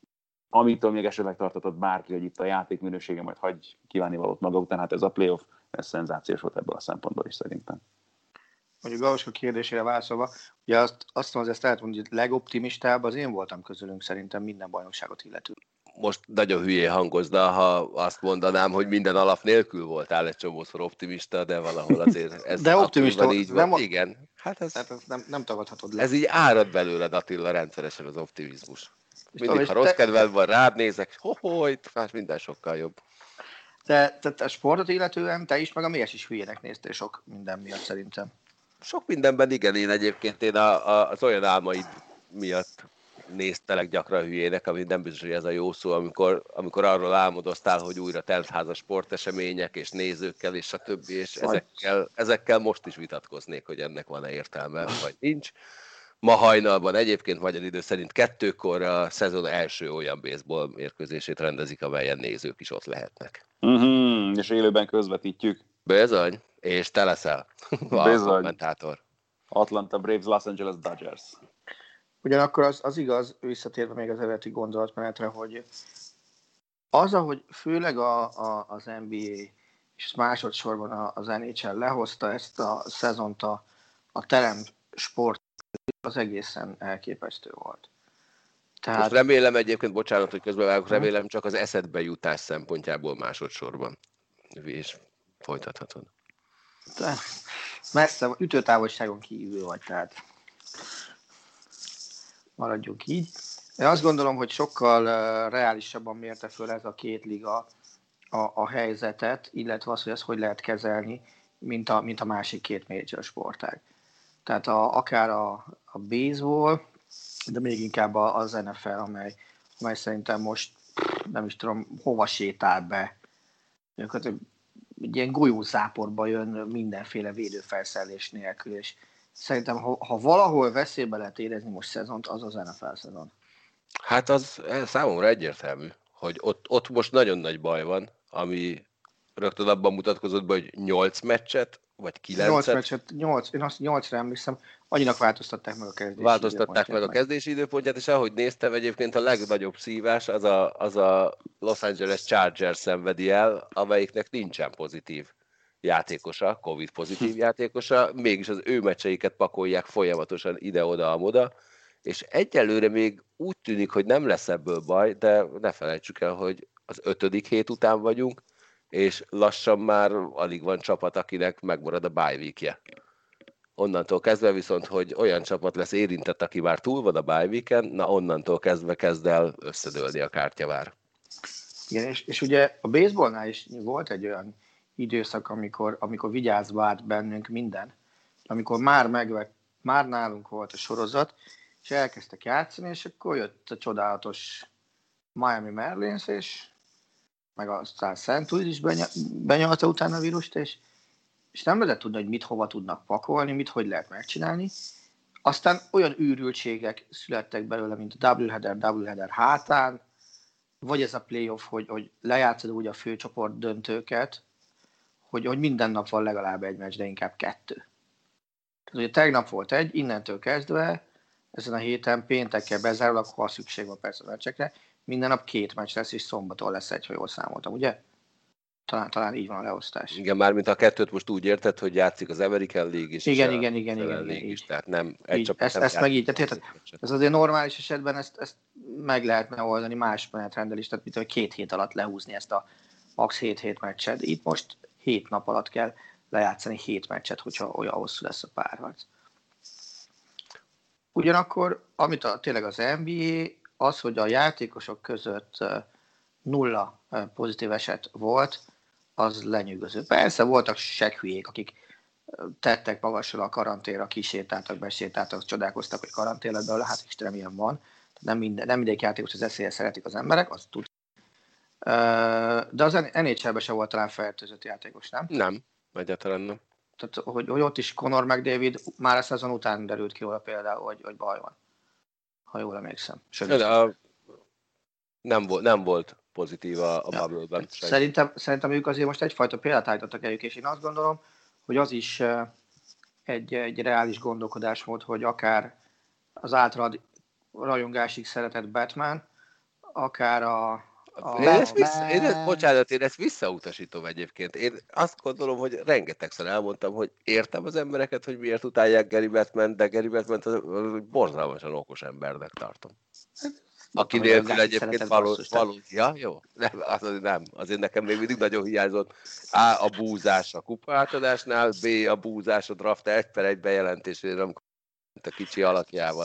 [SPEAKER 5] amitől még esetleg tartotott bárki, hogy itt a játék minősége majd hagy kívánni valót maga után, hát ez a playoff, ez szenzációs volt ebből a szempontból is szerintem.
[SPEAKER 4] Mondjuk Gavoska kérdésére válaszolva, ugye azt, azt mondom, hogy ezt lehet mondani, hogy legoptimistább az én voltam közülünk szerintem minden bajnokságot illető.
[SPEAKER 3] Most nagyon hülyé hangozna, ha azt mondanám, hogy minden alap nélkül voltál egy csomószor optimista, de valahol azért ez
[SPEAKER 4] de optimista
[SPEAKER 3] így van.
[SPEAKER 4] Nem,
[SPEAKER 3] igen. Hát ez,
[SPEAKER 4] Tehát ez nem, nem tagadhatod le.
[SPEAKER 3] ez így árad belőled, Attila, rendszeresen az optimizmus. Mindig,
[SPEAKER 4] És
[SPEAKER 3] ha rossz
[SPEAKER 4] te-
[SPEAKER 3] kedved van, rád nézek, hoho, itt már minden sokkal jobb.
[SPEAKER 4] Te, te, te sportot illetően, te is, meg a Méhes is hülyének néztél sok minden miatt szerintem.
[SPEAKER 3] Sok mindenben igen, én egyébként én a, a, az olyan álmaid miatt néztelek gyakran hülyének, ami nem biztos, hogy ez a jó szó, amikor, amikor arról álmodoztál, hogy újra teltházas sportesemények és nézőkkel és a többi, és ezekkel, ezekkel most is vitatkoznék, hogy ennek van-e értelme, vagy nincs. Ma hajnalban egyébként magyar idő szerint kettőkor a szezon első olyan baseball mérkőzését rendezik, amelyen nézők is ott lehetnek.
[SPEAKER 5] Uh-huh, és élőben közvetítjük.
[SPEAKER 3] Bizony, és te leszel a
[SPEAKER 5] Bizony.
[SPEAKER 3] kommentátor.
[SPEAKER 5] Atlanta Braves, Los Angeles Dodgers.
[SPEAKER 4] Ugyanakkor az, az igaz, visszatérve még az eredeti gondolatmenetre, hogy az, ahogy főleg a, a, az en bé á és másodszorban az en há el lehozta ezt a szezont a, a terem sport, az egészen elképesztő volt.
[SPEAKER 3] Tehát... Most remélem egyébként, bocsánat, hogy közbevágok, remélem csak az eszedbe jutás szempontjából másodszorban. És folytathatod.
[SPEAKER 4] De messze, ütőtávolságon kívül vagy, tehát maradjunk így. Én azt gondolom, hogy sokkal uh, reálisabban mérte föl ez a két liga a, a helyzetet, illetve az, hogy ezt hogy lehet kezelni, mint a, mint a másik két major sportág. Tehát a, akár a, a baseball, de még inkább az en ef el, amely, amely szerintem most nem is tudom, hova sétál be. Egy ilyen golyózáporba jön mindenféle védőfelszerelés nélkül, és szerintem, ha, ha valahol veszélybe lehet érezni most szezont, az az en ef el szezon.
[SPEAKER 3] Hát az számomra egyértelmű, hogy ott, ott most nagyon nagy baj van, ami rögtön abban mutatkozott be, hogy nyolc meccset, vagy kilencet.
[SPEAKER 4] nyolc meccset, nyolc, én azt nyolcra emlékszem, annyinak változtatták meg a kezdési
[SPEAKER 3] Változtatták meg a kezdési időpontját, és ahogy néztem, egyébként a legnagyobb szívás az a, az a Los Angeles Chargers szenvedi el, amelyiknek nincsen pozitív játékosa, Covid pozitív játékosa, mégis az ő meccseiket pakolják folyamatosan ide-oda-amoda, és egyelőre még úgy tűnik, hogy nem lesz ebből baj, de ne felejtsük el, hogy az ötödik hét után vagyunk, és lassan már alig van csapat, akinek megmarad a bye weekje. Onnantól kezdve viszont, hogy olyan csapat lesz érintett, aki már túl van a bye weeken, na onnantól kezdve kezd el összedőlni a kártyavár.
[SPEAKER 4] Igen, és, és ugye a baseballnál is volt egy olyan időszak, amikor, amikor vigyázva állt bennünk minden, amikor már megvett, már nálunk volt a sorozat, és elkezdtek játszani, és akkor jött a csodálatos Miami Marlins, és meg aztán Saint Louis is benyalta utána a vírust, és, és nem lehet tudni, hogy mit hova tudnak pakolni, mit hogy lehet megcsinálni. Aztán olyan űrültségek születtek belőle, mint a doubleheader, doubleheader hátán, vagy ez a playoff, hogy, hogy lejátszod úgy a főcsoport döntőket, hogy, hogy minden nap van legalább egy meccs, de inkább kettő. Tehát ugye tegnap volt egy, innentől kezdve, ezen a héten péntekkel bezárul, akkor ha szükség van persze a meccsekre, minden nap két meccs lesz, és szombaton lesz egy, ha jól számoltam, ugye? Talán, talán így van a leosztás.
[SPEAKER 3] Igen, mármint a kettőt most úgy érted, hogy játszik az American League is,
[SPEAKER 4] igen,
[SPEAKER 3] és
[SPEAKER 4] igen,
[SPEAKER 3] a
[SPEAKER 4] igen, igen,
[SPEAKER 3] League
[SPEAKER 4] igen,
[SPEAKER 3] is,
[SPEAKER 4] így.
[SPEAKER 3] tehát nem egy
[SPEAKER 4] így,
[SPEAKER 3] csapat
[SPEAKER 4] ezt,
[SPEAKER 3] nem
[SPEAKER 4] ezt meg így,
[SPEAKER 3] játszik.
[SPEAKER 4] tehát ez azért normális esetben ezt, ezt meg lehetne oldani más menetrenddel is, tehát mit két hét alatt lehúzni ezt a max hét-hét meccset. Itt most hét nap alatt kell lejátszani hét meccset, hogyha olyan hosszú lesz a párharc. Ugyanakkor, amit a, tényleg az en bé á, az, hogy a játékosok között nulla pozitív eset volt, az lenyűgöző. Persze voltak seghülyék, akik tettek magasra a karanténra, kisétáltak, besétáltak, csodálkoztak, hogy karantén lett belőle, hát Istenem, ilyen van. Nem, minden, nem mindegyik játékos az eszélyes szeretik az emberek, azt tud. De az en há el-ben sem volt talán fertőzött játékos, nem?
[SPEAKER 3] Nem, egyáltalán nem.
[SPEAKER 4] Tehát, hogy, hogy ott is Conor McDavid már a szezon után derült ki róla például, hogy, hogy baj van. Ha jól emlékszem.
[SPEAKER 3] De a, nem, volt, nem volt pozitív a, a ja. bubble-ben.
[SPEAKER 4] Szerintem, szerintem ők azért most egyfajta példát állítottak eljük, és én azt gondolom, hogy az is egy, egy reális gondolkodás volt, hogy akár az általad rajongásig szeretett Batman, akár a... a
[SPEAKER 3] én ezt vissza, én ezt, bocsánat, én ezt visszautasítom egyébként. Én azt gondolom, hogy rengetegszer elmondtam, hogy értem az embereket, hogy miért utálják Gary Batman, de Gary Batman borzalmasan okos embernek tartom. Aki nélkül egyébként való, való, ja, jó, nem, az, nem, azért nekem még mindig nagyon hiányzott. A. a búzás a kupa átadásnál, B. a búzás a draft egy per egy bejelentésére, amikor a kicsi alakjával.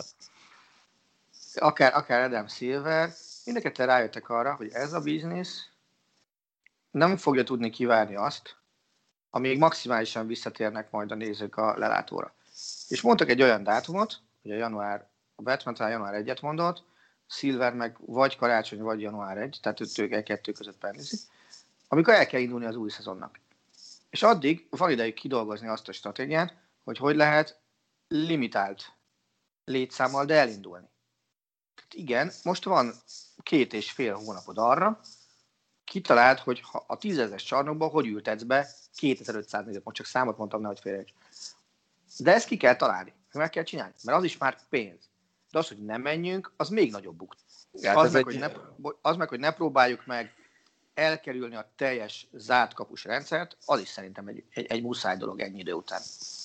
[SPEAKER 4] Akár, akár Adam Silver, mindeket rájöttek arra, hogy ez a biznisz nem fogja tudni kivárni azt, amíg maximálisan visszatérnek majd a nézők a lelátóra. És mondtak egy olyan dátumot, hogy a január, a Batman talán január egyet mondott, Silver meg vagy karácsony, vagy január egy, tehát ők e kettő között pennizik, amikor el kell indulni az új szezonnak. És addig van idejük kidolgozni azt a stratégiát, hogy hogy lehet limitált létszámmal, de elindulni. Igen, most van két és fél hónapod arra, kitaláld, hogy ha a tízezres csarnokban hogy ültetsz be kétezer-ötszáz nézőt, most csak számot mondtam, nehogy félreérts. De ezt ki kell találni, meg kell csinálni, mert az is már pénz. De az, hogy nem menjünk, az még nagyobb bukta. Hát az, meg, egy... hogy ne, az meg, hogy ne próbáljuk meg elkerülni a teljes zárt kapus rendszert, az is szerintem egy, egy, egy muszáj dolog ennyi idő után.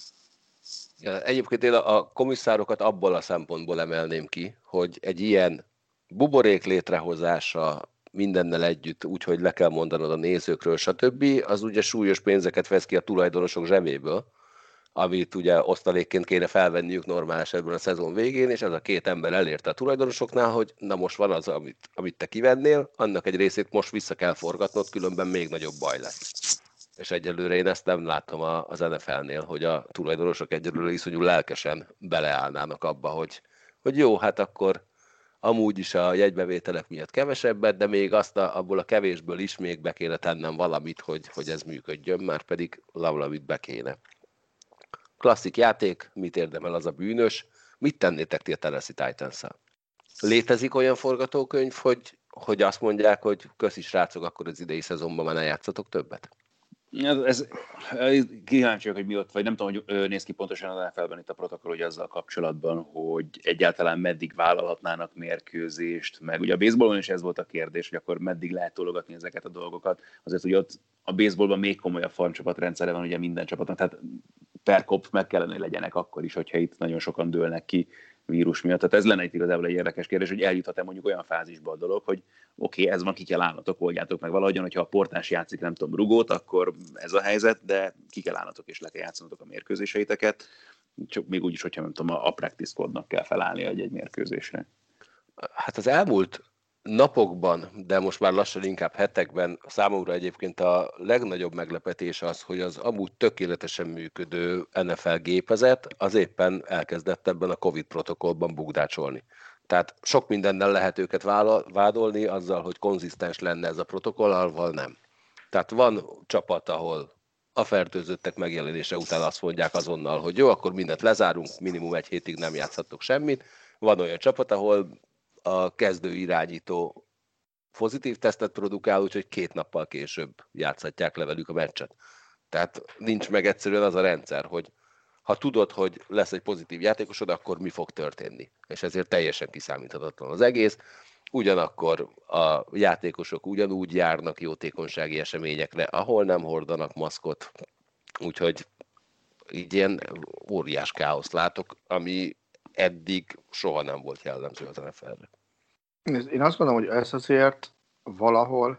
[SPEAKER 3] Ja, egyébként én a, a komisszárokat abból a szempontból emelném ki, hogy egy ilyen buborék létrehozása mindennel együtt, úgyhogy le kell mondanod a nézőkről, stb., az ugye súlyos pénzeket vesz ki a tulajdonosok zsebéből, amit ugye osztalékként kéne felvenniük normál esetben a szezon végén, és ez a két ember elérte a tulajdonosoknál, hogy na most van az, amit, amit te kivennél, annak egy részét most vissza kell forgatnod, különben még nagyobb baj lesz. És egyelőre én ezt nem látom az en ef el-nél, hogy a tulajdonosok egyelőre iszonyú lelkesen beleállnának abba, hogy, hogy jó, hát akkor amúgy is a jegybevételek miatt kevesebbet, de még azt a, abból a kevésből is még be kéne tennem valamit, hogy, hogy ez működjön, már pedig valamit be kéne. Klasszik játék, mit érdemel az a bűnös, mit tennétek ti a Tennessee Titans-szal? Létezik olyan forgatókönyv, hogy, hogy azt mondják, hogy köszi srácok, akkor az idei szezonban már ne játszatok többet?
[SPEAKER 5] Ez, ez kíváncsi vagyok, hogy mi ott, vagy nem tudom, hogy néz ki pontosan az en ef el-ben itt a protokoll, hogy azzal kapcsolatban, hogy egyáltalán meddig vállalhatnának mérkőzést, meg ugye a baseballban is ez volt a kérdés, hogy akkor meddig lehet tologatni ezeket a dolgokat. Azért, hogy ott a baseballban még komolyabb farmcsapatrendszere van ugye minden csapatnak, tehát per kop meg kellene, hogy legyenek akkor is, hogyha itt nagyon sokan dőlnek ki vírus miatt. Tehát ez lenne itt igazából egy érdekes kérdés, hogy eljuthat-e mondjuk olyan fázisba a dolog, hogy oké, okay, ez van, ki kell állnatok, oldjátok meg valahogyan, hogyha a Portás játszik, nem tudom, rugót, akkor ez a helyzet, de ki kell állnatok és le kell játszanatok a mérkőzéseiteket, csak még úgyis, hogyha nem tudom, a practice squadnak kell felállni egy-egy mérkőzésre.
[SPEAKER 3] Hát az elmúlt napokban, de most már lassan inkább hetekben számomra egyébként a legnagyobb meglepetés az, hogy az amúgy tökéletesen működő en ef el gépezet az éppen elkezdett ebben a Covid protokollban bugdácsolni. Tehát sok mindennel lehet őket vádolni, azzal, hogy konzisztens lenne ez a protokoll, avval nem. Tehát van csapat, ahol a fertőzöttek megjelenése után azt mondják azonnal, hogy jó, akkor mindent lezárunk, minimum egy hétig nem játszhattok semmit. Van olyan csapat, ahol a kezdő irányító pozitív tesztet produkál, úgyhogy két nappal később játszhatják le velük a meccset. Tehát nincs meg egyszerűen az a rendszer, hogy ha tudod, hogy lesz egy pozitív játékosod, akkor mi fog történni. És ezért teljesen kiszámíthatatlan az egész. Ugyanakkor a játékosok ugyanúgy járnak jótékonysági eseményekre, ahol nem hordanak maszkot. Úgyhogy így ilyen óriás káoszt látok, ami eddig soha nem volt jellemző az en ef el-re.
[SPEAKER 4] Én azt gondolom, hogy ez azért valahol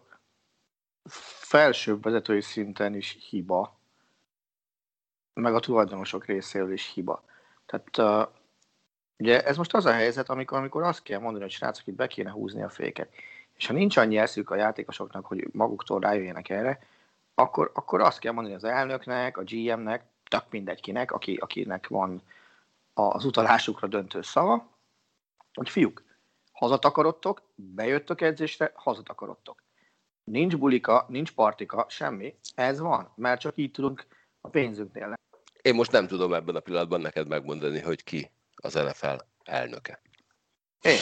[SPEAKER 4] felsőbb vezetői szinten is hiba, meg a tulajdonosok részéről is hiba. Tehát uh, ugye ez most az a helyzet, amikor, amikor azt kell mondani, hogy srácok, itt be kéne húzni a féket. És ha nincs annyi eszük a játékosoknak, hogy maguktól rájöjjenek erre, akkor, akkor azt kell mondani az elnöknek, a gé em-nek, tök mindegy kinek, aki, akinek van az utalásukra döntő szava, hogy fiúk, hazatakarodtok, bejöttök edzésre, hazatakarodtok. Nincs bulika, nincs partika, semmi, ez van, mert csak így tudunk a pénzünknél lenni.
[SPEAKER 3] Én most nem tudom ebben a pillanatban neked megmondani, hogy ki az en ef el elnöke.
[SPEAKER 4] Én.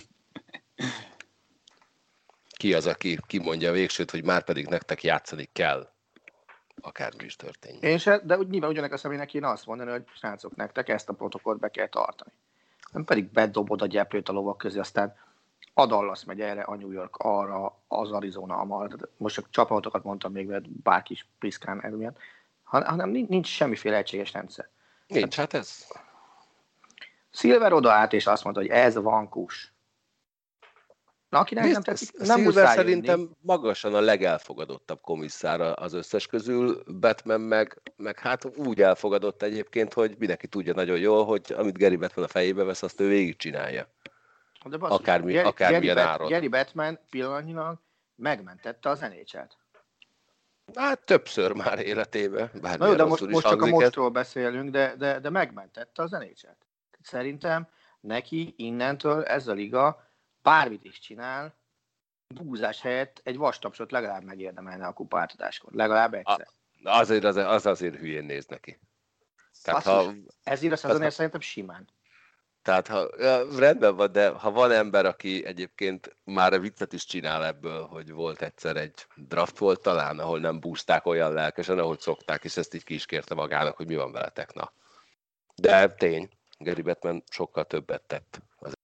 [SPEAKER 3] Ki az, aki kimondja a végsőt, hogy már pedig nektek játszani kell, akármi is történjen.
[SPEAKER 4] Én se, de úgy nyilván ugyanek a személynek kéne azt mondani, hogy srácok, nektek ezt a protokollt be kell tartani. Nem pedig bedobod a gyeplőt a lovak közé, aztán a Dallas megy erre, a New York arra, az Arizona amarra. Most csak csapatokat mondtam még, mert bárki is piszkán elmilyen. Hanem nincs semmiféle egységes rendszer.
[SPEAKER 3] Nincs, hát ez.
[SPEAKER 4] Silver odaállt és azt mondta, hogy ez van kus. Na, akinek
[SPEAKER 3] Nézd,
[SPEAKER 4] nem tetszik, nem
[SPEAKER 3] Silver
[SPEAKER 4] muszáj
[SPEAKER 3] szerintem
[SPEAKER 4] jönni.
[SPEAKER 3] magasan a legelfogadottabb komisszára az összes közül, Batman meg, meg hát úgy elfogadott egyébként, hogy mindenki tudja nagyon jól, hogy amit Gary Batman a fejébe vesz, azt ő végigcsinálja.
[SPEAKER 4] De basszus,
[SPEAKER 3] Akármi,
[SPEAKER 4] Gary,
[SPEAKER 3] akármilyen
[SPEAKER 4] Gary,
[SPEAKER 3] áron.
[SPEAKER 4] Gary Batman pillanatnyilag megmentette az en há el-t.
[SPEAKER 3] Hát többször már életében,
[SPEAKER 4] Na
[SPEAKER 3] bármilyen
[SPEAKER 4] jó, de most,
[SPEAKER 3] rosszul is
[SPEAKER 4] most csak a
[SPEAKER 3] hangzik ez.
[SPEAKER 4] mostról beszélünk, de, de, de megmentette az en há el-t. Szerintem neki innentől ez a liga bármit is csinál, búzás helyett egy vastapsot legalább megérdemelne a kupa átadáskor. Legalább egyszer.
[SPEAKER 3] A, azért, az, az azért hülyén néz neki. Tehát,
[SPEAKER 4] Basszus,
[SPEAKER 3] ha,
[SPEAKER 4] ezért a szezonért
[SPEAKER 3] ha,
[SPEAKER 4] szerintem simán.
[SPEAKER 3] tehát ha, ja, rendben van, de ha van ember, aki egyébként már a viccet is csinál ebből, hogy volt egyszer egy draft volt talán, ahol nem búzták olyan lelkesen, ahogy szokták, és ezt így ki is kérte magának, hogy mi van veletek, na. De tény, Gary Batman sokkal többet tett,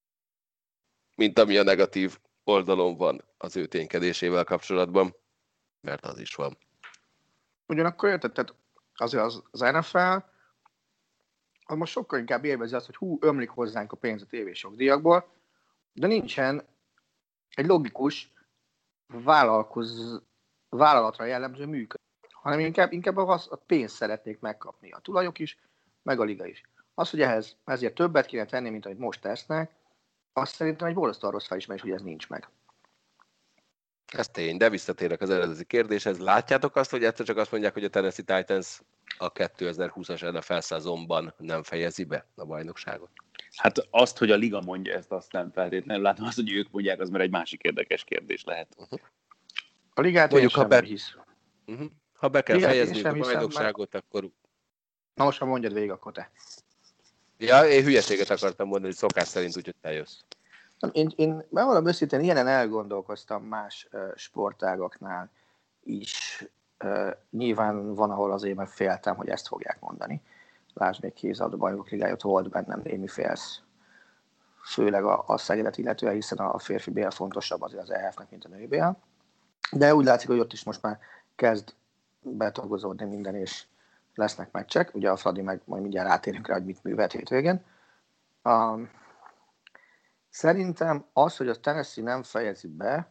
[SPEAKER 3] mint ami a negatív oldalon van az ő ténykedésével kapcsolatban, mert az is van.
[SPEAKER 4] Ugyanakkor érted, tehát azért az, az en ef el az most sokkal inkább élvezi azt, hogy hú, ömlik hozzánk a pénz a tévés jogdíjakból, de nincsen egy logikus vállalkoz, vállalatra jellemző működés, hanem inkább, inkább a, a pénzt szeretnék megkapni a tulajok is, meg a liga is. Az, hogy ehhez ezért többet kéne tenni, mint amit most tesznek, azt szerintem egy borzasztóan rossz felismerés, hogy ez nincs meg.
[SPEAKER 3] Ez tény, de visszatérek az eredeti kérdéshez. Látjátok azt, hogy egyszer csak azt mondják, hogy a Tennessee Titans a kétezer-húszas en ef el szezonban nem fejezi be a bajnokságot?
[SPEAKER 5] Hát azt, hogy a liga mondja ezt, azt nem feltétlenül látom. Azt, hogy ők mondják, az már egy másik érdekes kérdés lehet.
[SPEAKER 3] Uh-huh.
[SPEAKER 4] A ligát
[SPEAKER 3] Mondjuk,
[SPEAKER 4] én sem
[SPEAKER 3] ha be...
[SPEAKER 4] hisz.
[SPEAKER 3] Uh-huh. Ha be kell
[SPEAKER 4] Ligát
[SPEAKER 3] fejezni a
[SPEAKER 4] hiszem,
[SPEAKER 3] bajnokságot, mert... akkor...
[SPEAKER 4] Na most, ha mondjad végig, akkor te.
[SPEAKER 3] Ja, én hülyeséget akartam mondani, hogy szokás szerint, úgyhogy te jössz.
[SPEAKER 4] Én, én bevallom őszintén, ilyenen elgondolkoztam más uh, sportágaknál is. Uh, nyilván van, ahol azért meg féltem, hogy ezt fogják mondani. Lásd, még kézilabda bajnokok ligája, volt bennem némi félsz. Főleg a, a Szegedet illetően, hiszen a férfi bé el fontosabb azért az é há ef-nek, mint a női bé el. De úgy látszik, hogy ott is most már kezd betagozódni minden, és lesznek meccsek. Ugye a Fradi meg majd mindjárt rátérünk rá, hogy mit művelt hétvégén. Um, Szerintem az, hogy a Tennessee nem fejezi be,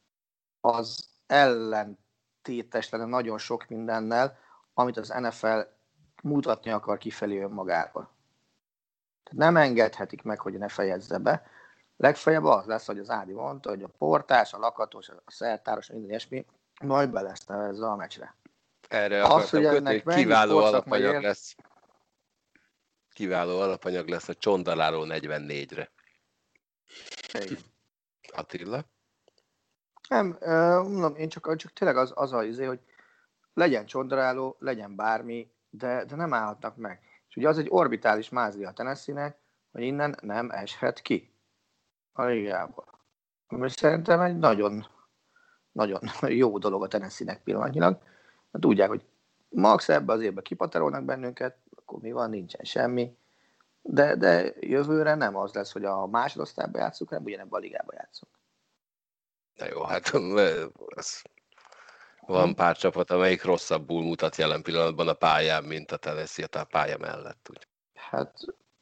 [SPEAKER 4] az ellentétes lenne nagyon sok mindennel, amit az en ef el mutatni akar kifelé önmagáról. Nem engedhetik meg, hogy ne fejezze be. Legfeljebb az lesz, hogy az Ádi mondta, hogy a portás, a lakatos, a szertáros, minden ilyesmi majd be lesz nevezve a meccsre.
[SPEAKER 3] Erre
[SPEAKER 4] az,
[SPEAKER 3] akartam
[SPEAKER 4] hogy
[SPEAKER 3] kötni, hogy kiváló alapanyag lesz. Kiváló alapanyag lesz a csondaláló negyvennégyre.
[SPEAKER 4] Igen.
[SPEAKER 3] Attila?
[SPEAKER 4] Nem, mondom, én csak, csak tényleg az, az az izé, hogy legyen csondaráló, legyen bármi, de, de nem állhatnak meg. És ugye az egy orbitális mázli a Tennessee-nek, hogy innen nem eshet ki a ligából. Ami szerintem egy nagyon, nagyon jó dolog a Tennessee-nek pillanatnyilag. Tudják, hogy max ebbe az évben kipaterolnak bennünket, akkor mi van, nincsen semmi. De, de jövőre nem az lesz, hogy a másodosztályban játszunk, hanem ugyanebben a ligában játszunk.
[SPEAKER 3] Na jó, hát ez... van pár csapat, amelyik rosszabbul mutat jelen pillanatban a pályán, mint a Tennessee a pálya mellett. Úgy.
[SPEAKER 4] Hát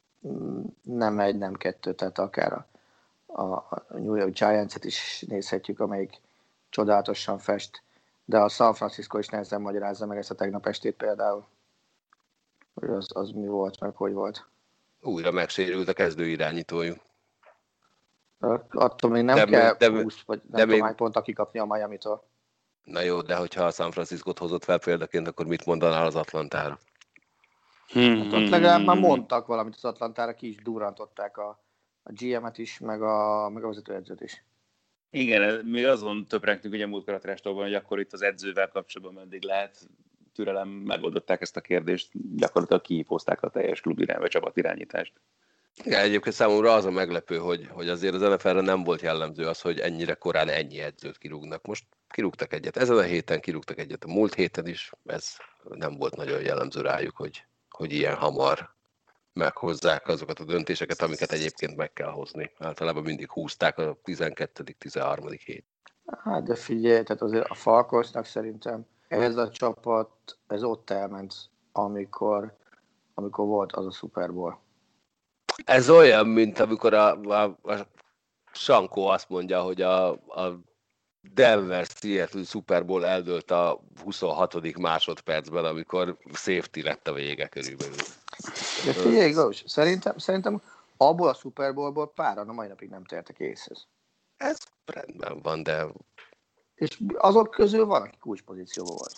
[SPEAKER 4] nem egy, nem kettő, tehát akár a, a New York Giants-et is nézhetjük, amelyik csodálatosan fest, de a San Francisco is nehezen magyarázza meg ezt a tegnap estét például. Hogy az, az mi volt, meg hogy volt.
[SPEAKER 3] Újra megsérült a kezdő irányítójuk.
[SPEAKER 4] Attól még nem
[SPEAKER 3] de
[SPEAKER 4] kell
[SPEAKER 3] de,
[SPEAKER 4] húsz vagy nem
[SPEAKER 3] de
[SPEAKER 4] tudom
[SPEAKER 3] még...
[SPEAKER 4] hány ponttal kikapni a Miamitól.
[SPEAKER 3] Na jó, de hogyha a San Franciscót hozott fel példaként, akkor mit mondanál az Atlantára?
[SPEAKER 4] Hmm. Hát ott legalább már mondtak valamit az Atlantára, ki is durrantották a, a gé em-et is, meg a, meg a vezetőedzőt is.
[SPEAKER 5] Igen, még azon töprengtünk ugye múltkor a Trestóban, hogy akkor itt az edzővel kapcsolatban meddig lehet türelem, megoldották ezt a kérdést, gyakorlatilag kihívózták a teljes klub irányba, csapat irányítást.
[SPEAKER 3] Ja, egyébként számomra az a meglepő, hogy, hogy azért az en ef el-re nem volt jellemző az, hogy ennyire korán ennyi edzőt kirúgnak. Most kirúgtak egyet ezen a héten, kirúgtak egyet a múlt héten is, ez nem volt nagyon jellemző rájuk, hogy, hogy ilyen hamar meghozzák azokat a döntéseket, amiket egyébként meg kell hozni. Általában mindig húzták a tizenkettedik tizenharmadik hét.
[SPEAKER 4] Hát de figyelj, tehát azért a Falconsnak szerintem ez a csapat, ez ott elment, amikor, amikor volt az a Super Bowl.
[SPEAKER 3] Ez olyan, mint amikor a, a, a Sankó azt mondja, hogy a, a Denver Seattle Super Bowl eldőlt a huszonhatodik másodpercben, amikor safety lett a vége körülbelül.
[SPEAKER 4] De figyelj, Gauss, szerintem, szerintem abból a Super Bowlból páran a mai napig nem tértek észhez.
[SPEAKER 3] Ez rendben van, de...
[SPEAKER 4] És azok közül van, aki kulcspozícióban volt.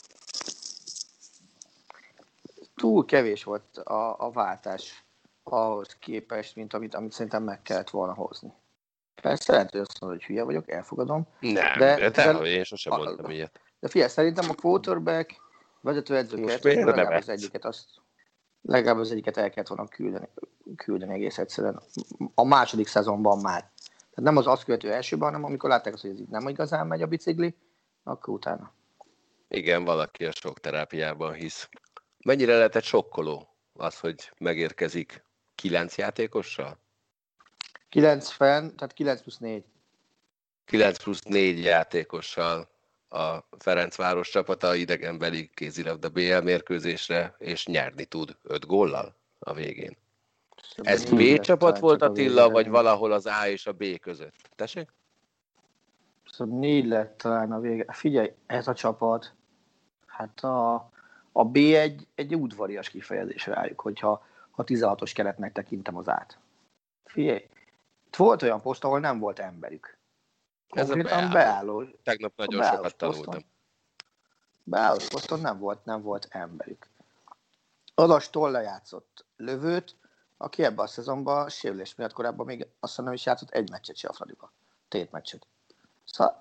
[SPEAKER 4] Túl kevés volt a, a váltás ahhoz képest, mint amit, amit szerintem meg kellett volna hozni. Persze lehet, hogy azt mondod, hogy hülye vagyok, elfogadom.
[SPEAKER 3] Nem,
[SPEAKER 4] de,
[SPEAKER 3] de,
[SPEAKER 4] de,
[SPEAKER 3] de én sosem a, mondtam ilyet.
[SPEAKER 4] De figyelj, szerintem a quarterback vezetőedzőket, legalább az egyiket, azt, legalább az egyiket el kellett volna küldeni, küldeni egész egyszerűen. A második szezonban már. Tehát nem az azt követő elsőben, hanem amikor látták azt, hogy ez így nem igazán megy a bicikli, akkor utána.
[SPEAKER 3] Igen, valaki a sok terápiában hisz. Mennyire lehetett sokkoló az, hogy megérkezik kilenc játékossal?
[SPEAKER 4] kilenc fenn, tehát kilenc plusz négy.
[SPEAKER 3] kilenc plusz négy játékossal a Ferencváros csapata idegenbeli kézilabda bé el mérkőzésre, és nyerni tud öt góllal a végén. Szóval ez B csapat volt, Attila, vagy valahol az A és a B között? Tessék?
[SPEAKER 4] Szóval négy lett talán a vége. Figyelj, ez a csapat, hát a, a B egy, egy udvarias kifejezés rájuk, hogyha ha tizenhatos keretnek tekintem az át. Figyelj, volt olyan poszt, ahol nem volt emberük. Konkrétan ez a beálló.
[SPEAKER 3] Tegnap nagyon sokat tanultam.
[SPEAKER 4] Beállós poszton nem volt, nem volt emberük. Adas Toll játszott lövőt, aki ebben a szezonban sérülés miatt korábban még azt nem is játszott egy meccset se a Fradiba. Tét meccset. Szóval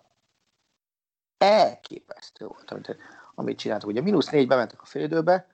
[SPEAKER 4] elképesztő volt, amit, amit csináltak. Ugye mínusz négy bementek a félidőbe,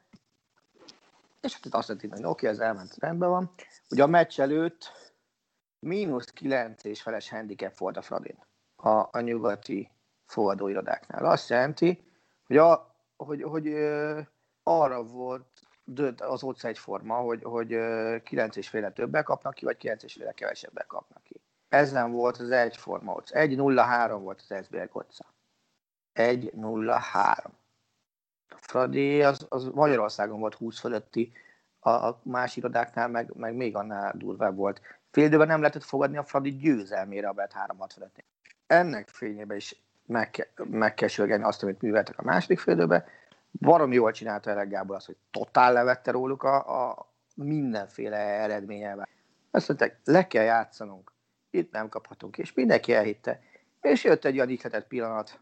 [SPEAKER 4] és hát itt azt mondták, hogy oké, ez elment, rendben van. Ugye a meccs előtt mínusz kilenc és feles handicap volt a Fradin a, a nyugati fogadóirodáknál. Azt jelenti, hogy, a, hogy, hogy ö, arra volt dönt az otca egyforma, hogy, hogy kilenc és féle többel kapnak ki, vagy kilenc és féle kevesebbel kapnak ki. Ez nem volt az egyforma otca. egy nulla három volt az es bé egy otca. egy nulla három. A Fradi az, az Magyarországon volt húsz fölötti, a, a más irodáknál meg, meg még annál durvább volt. Fél időben nem lehetett fogadni a Fradi győzelmére a bet három hat fölötti. Ennek fényében is meg, ke, meg kell sürgetni azt, amit műveltek a második fél időben. Baromi jól csinálta Elek Gábor azt, hogy totál levette róluk a, a mindenféle eredményelvel. Azt mondták, le kell játszanunk, itt nem kaphatunk, és mindenki elhitte. És jött egy olyan ihletett pillanat,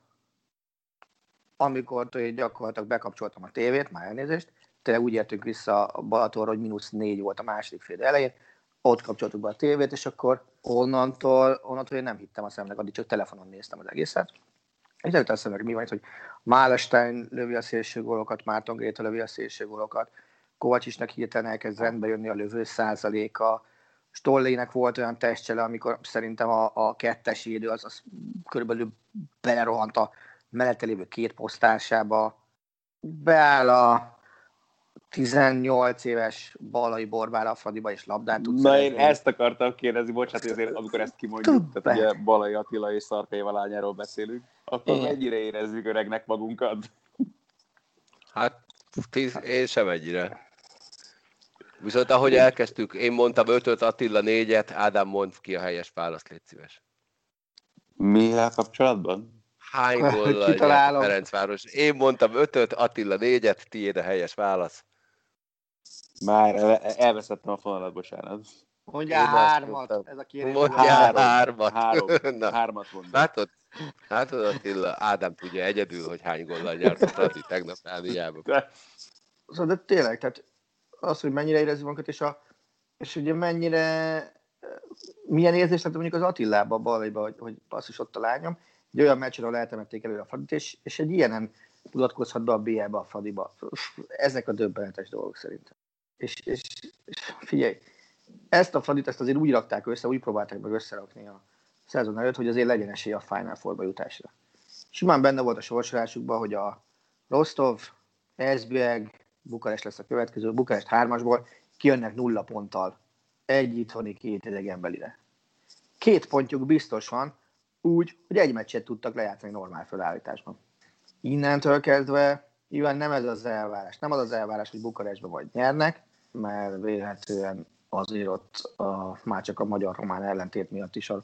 [SPEAKER 4] amikor gyakorlatilag bekapcsoltam a tévét, már elnézést, tényleg úgy értünk vissza a Balatonra, hogy mínusz négy volt a második fél elején, ott kapcsoltuk be a tévét, és akkor onnantól, onnantól én nem hittem a szemnek, addig csak telefonon néztem az egészet. És nem jutott szemnek, mi van itt, hogy Málestein lövi a szélsőgólokat, Márton Gréta lövi a szélsőgólokat, Kovacsisnak hirtelen elkezd rendbe jönni a lövő százaléka, Stollének volt olyan testcsele, amikor szerintem a, a kettes idő az, az körülbelül belerohant a mellette lévő két posztársába. Beáll a tizennyolc éves Balai Borbára a Fradiba, és labdát tud
[SPEAKER 5] Na szerezni. Én ezt akartam kérdezni, bocsánat, hogy azért amikor ezt kimondjuk, tehát ugye Balai Attila és Szarkai Éva lányáról beszélünk, akkor igen. Mennyire érezzük öregnek magunkat?
[SPEAKER 3] Hát tíz, én sem ennyire. Viszont ahogy elkezdtük, én mondtam ötöt, Attila négyet, Ádám mond ki a helyes választ, légy szíves.
[SPEAKER 5] Mivel kapcsolatban?
[SPEAKER 3] Hány góllal nyert a Ferencváros? Én mondtam ötöt, Attila négyet, tiéd a helyes válasz.
[SPEAKER 5] Már elveszettem a fonalat, bocsánat.
[SPEAKER 4] Mondjál hármat, ez a kérdés.
[SPEAKER 3] Mondjál hármat.
[SPEAKER 5] Három, hármat mondom.
[SPEAKER 3] Látod? Látod, Attila, Ádám tudja egyedül, hogy hány góllal nyert a Fradi tegnap Ádiában.
[SPEAKER 4] Szóval de tényleg, tehát az, hogy mennyire érezzük magunkat, és, a, és ugye mennyire, milyen érzés lett mondjuk az Attilában, a Balaiba, hogy, hogy basszus ott a lányom, egy olyan meccsen, ahol eltemették elő a Fradit, és, és egy ilyenen mutatkozhat be a bé el-be a Fradiba. Ezek a döbbenetes dolgok szerintem. És, és, és figyelj, ezt a Fradit ezt azért úgy rakták össze, úgy próbálták meg összerakni a szezon előtt, hogy azért legyen esély a Final Fourba jutásra. Simán benne volt a sorsolásukban, hogy a Rostov, Esbjerg, Bukarest lesz a következő, Bukarest hármasból kijönnek nulla ponttal. Egy itthoni, két idegenbelire. Két pontjuk biztos van, úgy, hogy egy meccset tudtak lejátszani normál felállításban. Innentől kezdve, nyilván nem ez az elvárás. Nem az az elvárás, hogy Bukarestben vagy nyernek, mert vélhetően azért ott a, már csak a magyar-román ellentét miatt is a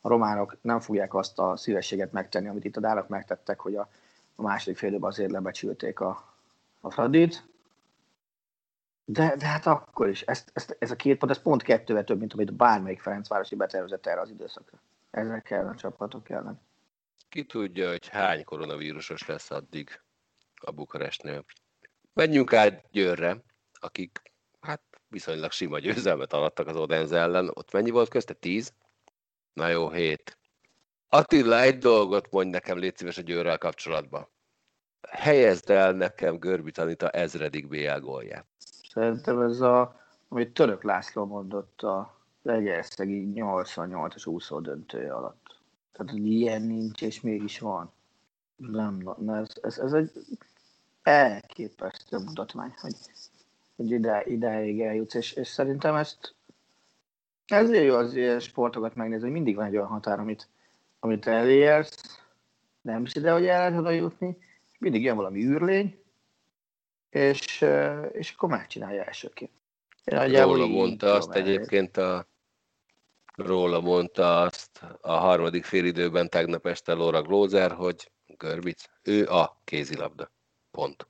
[SPEAKER 4] a románok nem fogják azt a szívességet megtenni, amit itt a dánok megtettek, hogy a, a második fél időben azért lebecsülték a, a Fradit. De, de hát akkor is, ezt, ezt, ez a két pont, ez pont kettővel több, mint amit bármelyik Ferencvárosi betervezett erre az időszakra. Ezzel kell a csapatok ellen.
[SPEAKER 3] Ki tudja, hogy hány koronavírusos lesz addig a Bukarestnél. Menjünk át Győrre, akik hát viszonylag sima győzelmet alattak az Odense ellen. Ott mennyi volt közte? Tíz? Na jó, hét. Attila, egy dolgot mondj nekem, légy szíves a Győrrel kapcsolatban. Helyezd el nekem Görbit Anita ezredik bé el gólját.
[SPEAKER 4] Szerintem ez a, amit Török László mondott a Egerszegi nyolcvannyolcas úszó döntője alatt. Tehát, hogy ilyen nincs, és mégis van. Nem, na, ez, ez, ez egy elképesztő mutatmány, hogy, hogy ide, ideig eljutsz, és, és szerintem ezt ezért jó az ilyen sportokat megnézni, hogy mindig van egy olyan határ, amit, amit elérsz, nem is ide, hogy el lehet oda jutni, és mindig jön valami űrlény, és, és akkor megcsinálja elsőként.
[SPEAKER 3] Róla mondta azt egyébként a Róla mondta azt a harmadik félidőben tegnap este Laura Glózer, hogy Görbic, ő a kézilabda. Pont.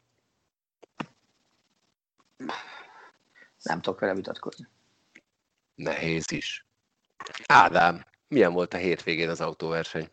[SPEAKER 4] Nem tudok vele vitatkozni.
[SPEAKER 3] Nehéz is. Ádám, milyen volt a hétvégén az autóverseny?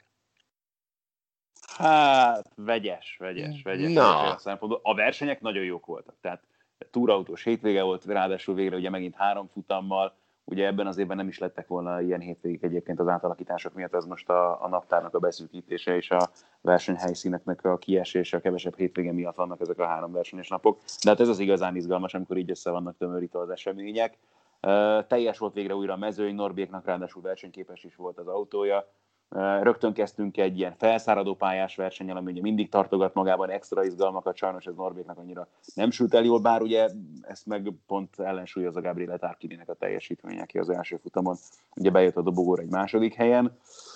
[SPEAKER 5] Hát, vegyes, vegyes, vegyes.
[SPEAKER 3] Na.
[SPEAKER 5] A versenyek nagyon jók voltak. Tehát túrautós hétvége volt, ráadásul végre ugye megint három futammal. Ugye ebben az évben nem is lettek volna ilyen hétvégék egyébként az átalakítások miatt, ez most a, a naptárnak a beszűkítése és a versenyhelyszíneknek a kiesése, a kevesebb hétvége miatt vannak ezek a három versenyes napok. De hát ez az igazán izgalmas, amikor így össze vannak tömörítve az események. Uh, teljes volt végre újra a mezőny, Norbiéknak ráadásul versenyképes is volt az autója. Uh, rögtön kezdtünk egy ilyen felszáradó pályás versennyel, ami ugye mindig tartogat magában extra izgalmakat, sajnos ez Norbiéknak annyira nem sült el jól, bár ugye ezt meg pont ellensúlyozza Gabriele Tarquininek a teljesítménye, aki az első futamon ugye bejött a dobogóra egy második helyen.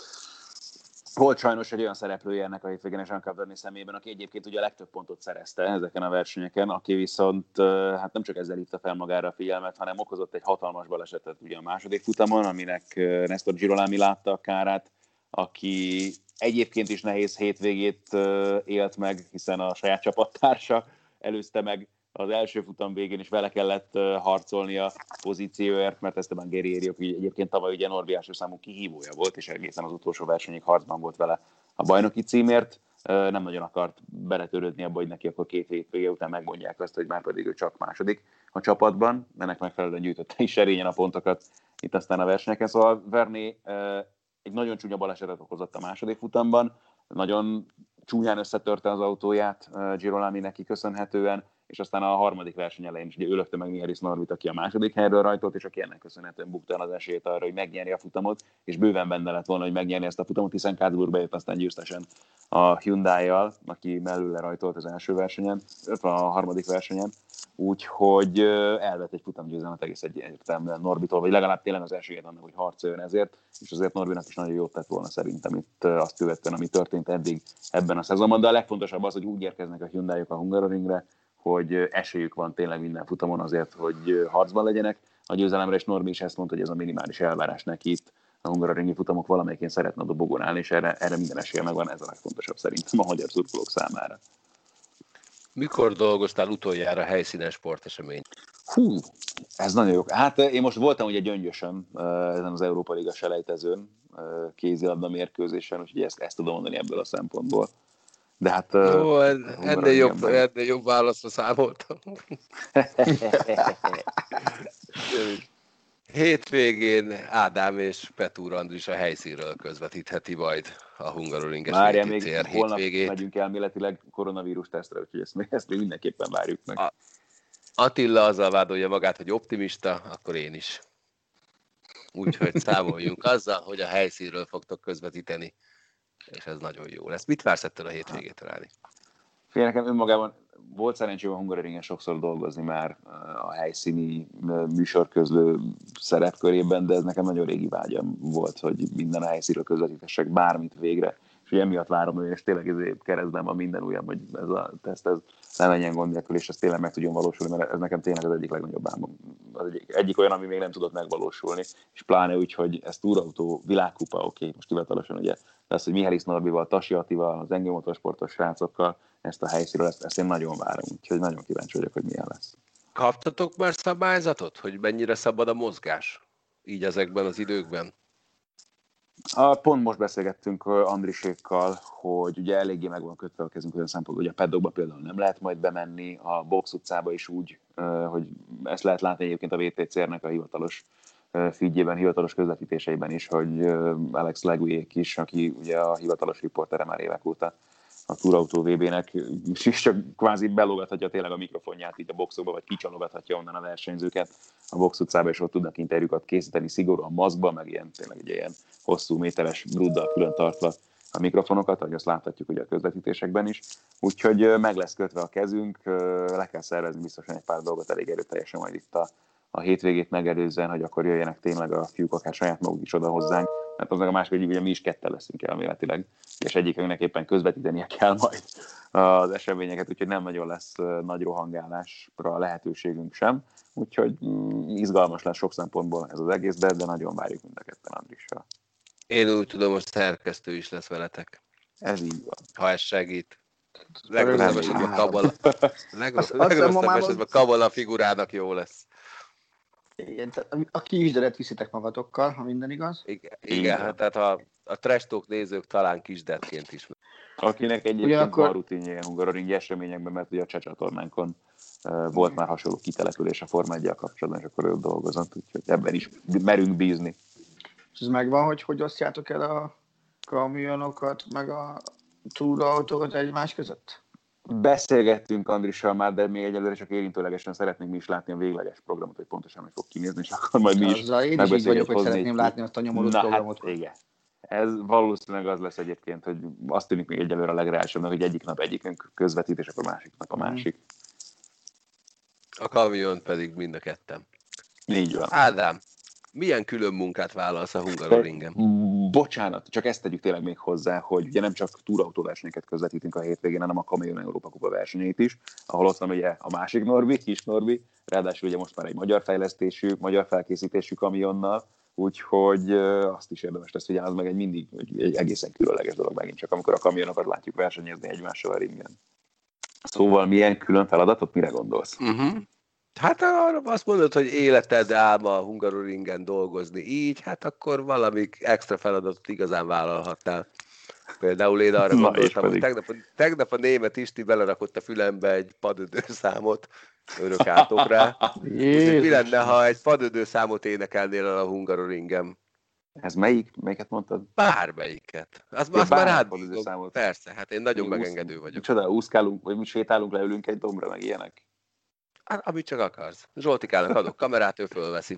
[SPEAKER 5] Volt sajnos egy olyan szereplője ennek a hétvégén Jean Cabernet szemében, aki egyébként ugye a legtöbb pontot szerezte ezeken a versenyeken, aki viszont hát nem csak ezzel hívta fel magára a figyelmet, hanem okozott egy hatalmas balesetet ugye a második futamon, aminek Néstor Girolami látta a kárát, aki egyébként is nehéz hétvégét élt meg, hiszen a saját csapattársa előzte meg az első futam végén, is vele kellett harcolni a pozícióért, mert Esteban Guerrieri, aki egyébként tavaly ugye Norbi első számú kihívója volt, és egészen az utolsó versenyig harcban volt vele a bajnoki címért. Nem nagyon akart beletörődni abba, hogy neki akkor két hétvége után megmondják azt, hogy már pedig ő csak második a csapatban. Ennek megfelelően gyűjtötte is serényen a pontokat itt aztán a versenyeken. Szóval Verné egy nagyon csúnya balesetet okozott a második futamban, nagyon csúnyán összetörte az autóját Girolami neki köszönhetően, és aztán a harmadik verseny elején is ugye ő lökte meg Mihalis Norvit, aki a második helyről rajtolt, és aki ennek köszönhetően bukta el az esélyt arra, hogy megnyeri a futamot, és bőven benne lett volna, hogy megnyerni ezt a futamot, hiszen Katzburg bejött aztán győztesen a Hyundai-jal, aki mellőle rajtolt az első versenyen, a harmadik versenyen, úgyhogy elvett egy futamgyőzelmet egész egyértelműen Norbitól, vagy legalább tényleg az esélyét annak, hogy harcoljon ezért, és azért Norbinak is nagyon jót tett volna szerintem itt azt követően, ami történt eddig ebben a szezonban, de a legfontosabb az, hogy úgy érkeznek a Hyundai-ok a Hungaroringre, hogy esélyük van tényleg minden futamon azért, hogy harcban legyenek. A győzelemre és Norbi is ezt mondta, hogy ez a minimális elvárás neki itt a hungaroringi futamok valamelyikén szeretne a dobogon állni, és erre, erre minden esélye megvan, ez a legfontosabb szerintem a magyar szurkolók számára.
[SPEAKER 3] Mikor dolgoztál utoljára helyszínen sportesemény?
[SPEAKER 5] Hú, ez nagyon jó. Hát én most voltam ugye Gyöngyösön, ezen az Európa Liga selejtezőn, kézilabda mérkőzésen, úgyhogy ezt, ezt tudom mondani ebből a szempontból. De hát...
[SPEAKER 3] Jó, ennél jobb, ennél jobb válaszra számoltam. Hétvégén Ádám és Petúr Andris a helyszínről közvetítheti majd a Hungaroringes
[SPEAKER 5] Várjál, még holnap
[SPEAKER 3] hétvégét.
[SPEAKER 5] megyünk elméletileg koronavírus tesztre, úgyhogy ezt még, ezt még mindenképpen várjuk meg.
[SPEAKER 3] A Attila azzal vádolja magát, hogy optimista, akkor én is. Úgyhogy számoljunk azzal, hogy a helyszínről fogtok közvetíteni, és ez nagyon jó lesz. Mit vársz ettől a hétvégétől, Áni?
[SPEAKER 5] Fél nekem önmagában volt szerencsém a Hungaroringen sokszor dolgozni már a helyszíni műsorközlő szerepkörében, de ez nekem nagyon régi vágyam volt, hogy minden a helyszínről közvetítessek bármit végre. És és emiatt várom, és tényleg ezért keresztben van minden ujjam, hogy ez a teszt ez ne menjen gond nélkül, és ez tényleg meg tudjon valósulni, mert ez nekem tényleg az egyik legnagyobb álmom. Az egyik, egyik olyan, ami még nem tudott megvalósulni, és pláne úgy, hogy ez túrautó, világkupa, oké, okay, most hivatalosan ugye lesz, hogy Mihály Norbival, Tasi Attival, az Engő Motorsportos srácokkal ezt a helyszínről, ezt, ezt én nagyon várom, úgyhogy nagyon kíváncsi vagyok, hogy milyen lesz.
[SPEAKER 3] Kaptatok már szabályzatot, hogy mennyire szabad a mozgás? Így ezekben az időkben?
[SPEAKER 5] A, pont most beszélgettünk Andrisékkal, hogy ugye eléggé meg van kötve a kezünk olyan szempontból, hogy a paddockba például nem lehet majd bemenni, a Box utcába is úgy, hogy ezt lehet látni egyébként a vé té cé-nek a hivatalos feedjében, hivatalos közvetítéseiben is, hogy Alex Leguyék is, aki ugye a hivatalos riportere már évek óta a túrautó vé bé-nek, és csak kvázi belógathatja tényleg a mikrofonját így a boxokba, vagy kicsalogathatja onnan a versenyzőket a Box utcába, és ott tudnak interjúkat készíteni szigorúan maszkba, meg ilyen, tényleg egy ilyen hosszú méteres bruddal külön tartva a mikrofonokat, ahogy azt láthatjuk ugye a közvetítésekben is. Úgyhogy meg lesz kötve a kezünk, le kell szervezni biztosan egy pár dolgot elég erőteljesen majd itt a, a hétvégét megelőzően, hogy akkor jöjjenek tényleg a fiúk akár saját maguk is oda hozzánk. Mert az meg a másik, hogy ugye mi is ketten leszünk elméletileg, és egyikünknek éppen közvetítenie kell majd az eseményeket, úgyhogy nem nagyon lesz nagy rohangálásra lehetőségünk sem. Úgyhogy izgalmas lesz sok szempontból ez az egész, de, de nagyon várjuk mind a ketten Andrissal.
[SPEAKER 3] Én úgy tudom, hogy szerkesztő is lesz veletek.
[SPEAKER 5] Ez így van.
[SPEAKER 3] Ha ez segít. Legrosszabb esetben a kabala, legrosszabb esetben a kabala figurának jó lesz.
[SPEAKER 4] Igen, a kisderet viszitek magatokkal, ha minden igaz.
[SPEAKER 3] Igen, igen hát, tehát a, a trash talk nézők talán kisdertként is.
[SPEAKER 5] Akinek egyébként Ugyanakkor... van rutinja ilyen hungaroring eseményekben, mert ugye a Cseh csatornánkon uh, volt már hasonló kitelepülés a Forma egyel kapcsolatban, és akkor ő dolgozott, úgyhogy ebben is merünk bízni.
[SPEAKER 4] És ez megvan, hogy hogy osztjátok el a kamionokat, meg a túraautókat egymás között?
[SPEAKER 5] Beszélgettünk Andrissal már, de még egyelőre csak érintőlegesen szeretnénk mi is látni a végleges programot, hogy pontosan hogy fog kinézni, és akkor majd mi is
[SPEAKER 4] azzal én is így vagyok, hogy szeretném látni azt a nyomorult
[SPEAKER 5] Na,
[SPEAKER 4] programot.
[SPEAKER 5] Hát, igen. Ez valószínűleg az lesz egyébként, hogy azt tűnik még egyelőre a legreálisabbnak, hogy egyik nap egyikünk közvetít, és akkor másik nap a másik.
[SPEAKER 3] A kamion pedig mind a ketten.
[SPEAKER 5] Így van.
[SPEAKER 3] Ádám, milyen külön munkát vállalsz a Hungaroringen?
[SPEAKER 5] Bocsánat, csak ezt tegyük tényleg még hozzá, hogy ugye nem csak túrautóversenyeket közvetítünk a hétvégén, hanem a Kamion Európa Kupa versenyét is, ahol ott van ugye a másik Norbi, kis Norbi, ráadásul ugye most már egy magyar fejlesztésű, magyar felkészítésű kamionnal, úgyhogy azt is érdemes lesz figyelni, az meg egy mindig egy egészen különleges dolog megint csak, amikor a kamionokat látjuk versenyezni egymással a ringen. Szóval milyen külön feladatot, mire gondolsz?
[SPEAKER 3] Uh-huh. Hát arra azt mondod, hogy életed álma a Hungaroringen dolgozni így, hát akkor valami extra feladatot igazán vállalhatnál. Például én arra gondoltam, hogy tegnap, tegnap a német Isti belerakott a fülembe egy padödőszámot, örök átok rá. Mi lenne, ha egy padödőszámot énekelnél el a Hungaroringen?
[SPEAKER 5] Ez melyik? Melyiket mondtad?
[SPEAKER 3] Bármelyiket. Az, az már átbízom. Persze, hát én nagyon mi megengedő vagyok.
[SPEAKER 5] Csoda, úszkálunk, vagy mi sétálunk, leülünk egy dombra, meg ilyenek?
[SPEAKER 3] Hát, amit csak akarsz. Zsoltikának adok kamerát, ő fölveszi.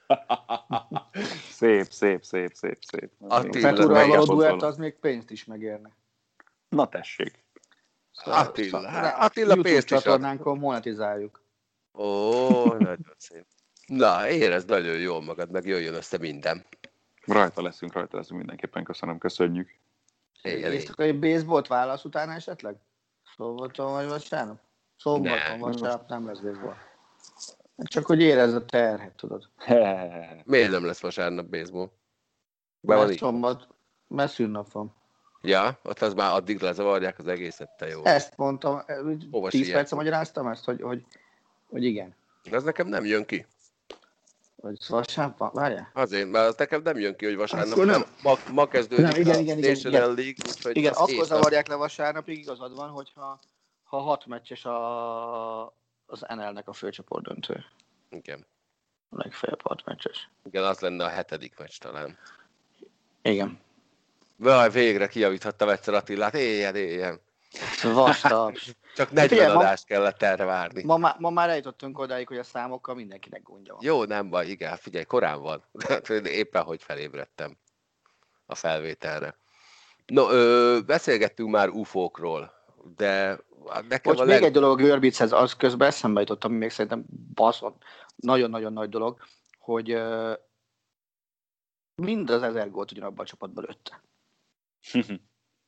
[SPEAKER 5] Szép, szép, szép, szép, szép.
[SPEAKER 4] A Petúrral való duett az még pénzt is megérne.
[SPEAKER 5] Na tessék.
[SPEAKER 3] Szóval, Attila, hát, Attila pénzt is ad.
[SPEAKER 4] Csatornánkon monetizáljuk.
[SPEAKER 3] Ó, nagyon szép. Na, érezd nagyon jól magad, meg jöjjön össze minden.
[SPEAKER 5] Rajta leszünk, rajta leszünk mindenképpen, köszönöm, köszönjük.
[SPEAKER 4] Néztek egy baseball-t válasz utána esetleg? Szombaton vagy vasárnap? Szombaton, vasárnap nem lesz baseball. Csak hogy érezd a terhet, tudod.
[SPEAKER 3] Miért nem lesz vasárnap baseball?
[SPEAKER 4] Mert szombat, mert szűnnap van.
[SPEAKER 3] Ja, ott az már addig lezavarják az egészet, te jó.
[SPEAKER 4] Ezt mondtam, tíz percre magyaráztam ezt, hogy, hogy, hogy igen.
[SPEAKER 3] Ez nekem nem jön ki.
[SPEAKER 4] Hogy vasárnap van, várjál?
[SPEAKER 3] Azért, mert az nekem nem jön ki, hogy vasárnap nem. nem. Ma, ma kezdődik nem, igen, igen, a National League.
[SPEAKER 4] Igen, igen akkor zavarják le vasárnapig, igazad van, hogyha ha hat meccses a, az en el-nek a főcsoport döntő.
[SPEAKER 3] Igen.
[SPEAKER 4] A legfeljebb hat meccses.
[SPEAKER 3] Igen, az lenne a hetedik meccs talán.
[SPEAKER 4] Igen.
[SPEAKER 3] Vaj, végre kijavíthattam egyszer Attilát, éljen, éljen.
[SPEAKER 4] Vastag.
[SPEAKER 3] Csak negyven Figyelj, adást ma, kellett erre várni.
[SPEAKER 4] Ma, ma, ma már eljutottunk odáig, hogy a számokkal mindenkinek gondja van.
[SPEAKER 3] Jó, nem baj, igen, figyelj, korán van. Éppen hogy felébredtem a felvételre. No, ö, beszélgettünk már ufókról, de nekem
[SPEAKER 4] Most
[SPEAKER 3] a
[SPEAKER 4] még
[SPEAKER 3] leg...
[SPEAKER 4] egy dolog Görbichez, az közben eszembe jutott, ami még szerintem baszott, nagyon-nagyon nagy dolog, hogy ö, mind az ezer gólt ugyanabban a csapatban lőtte.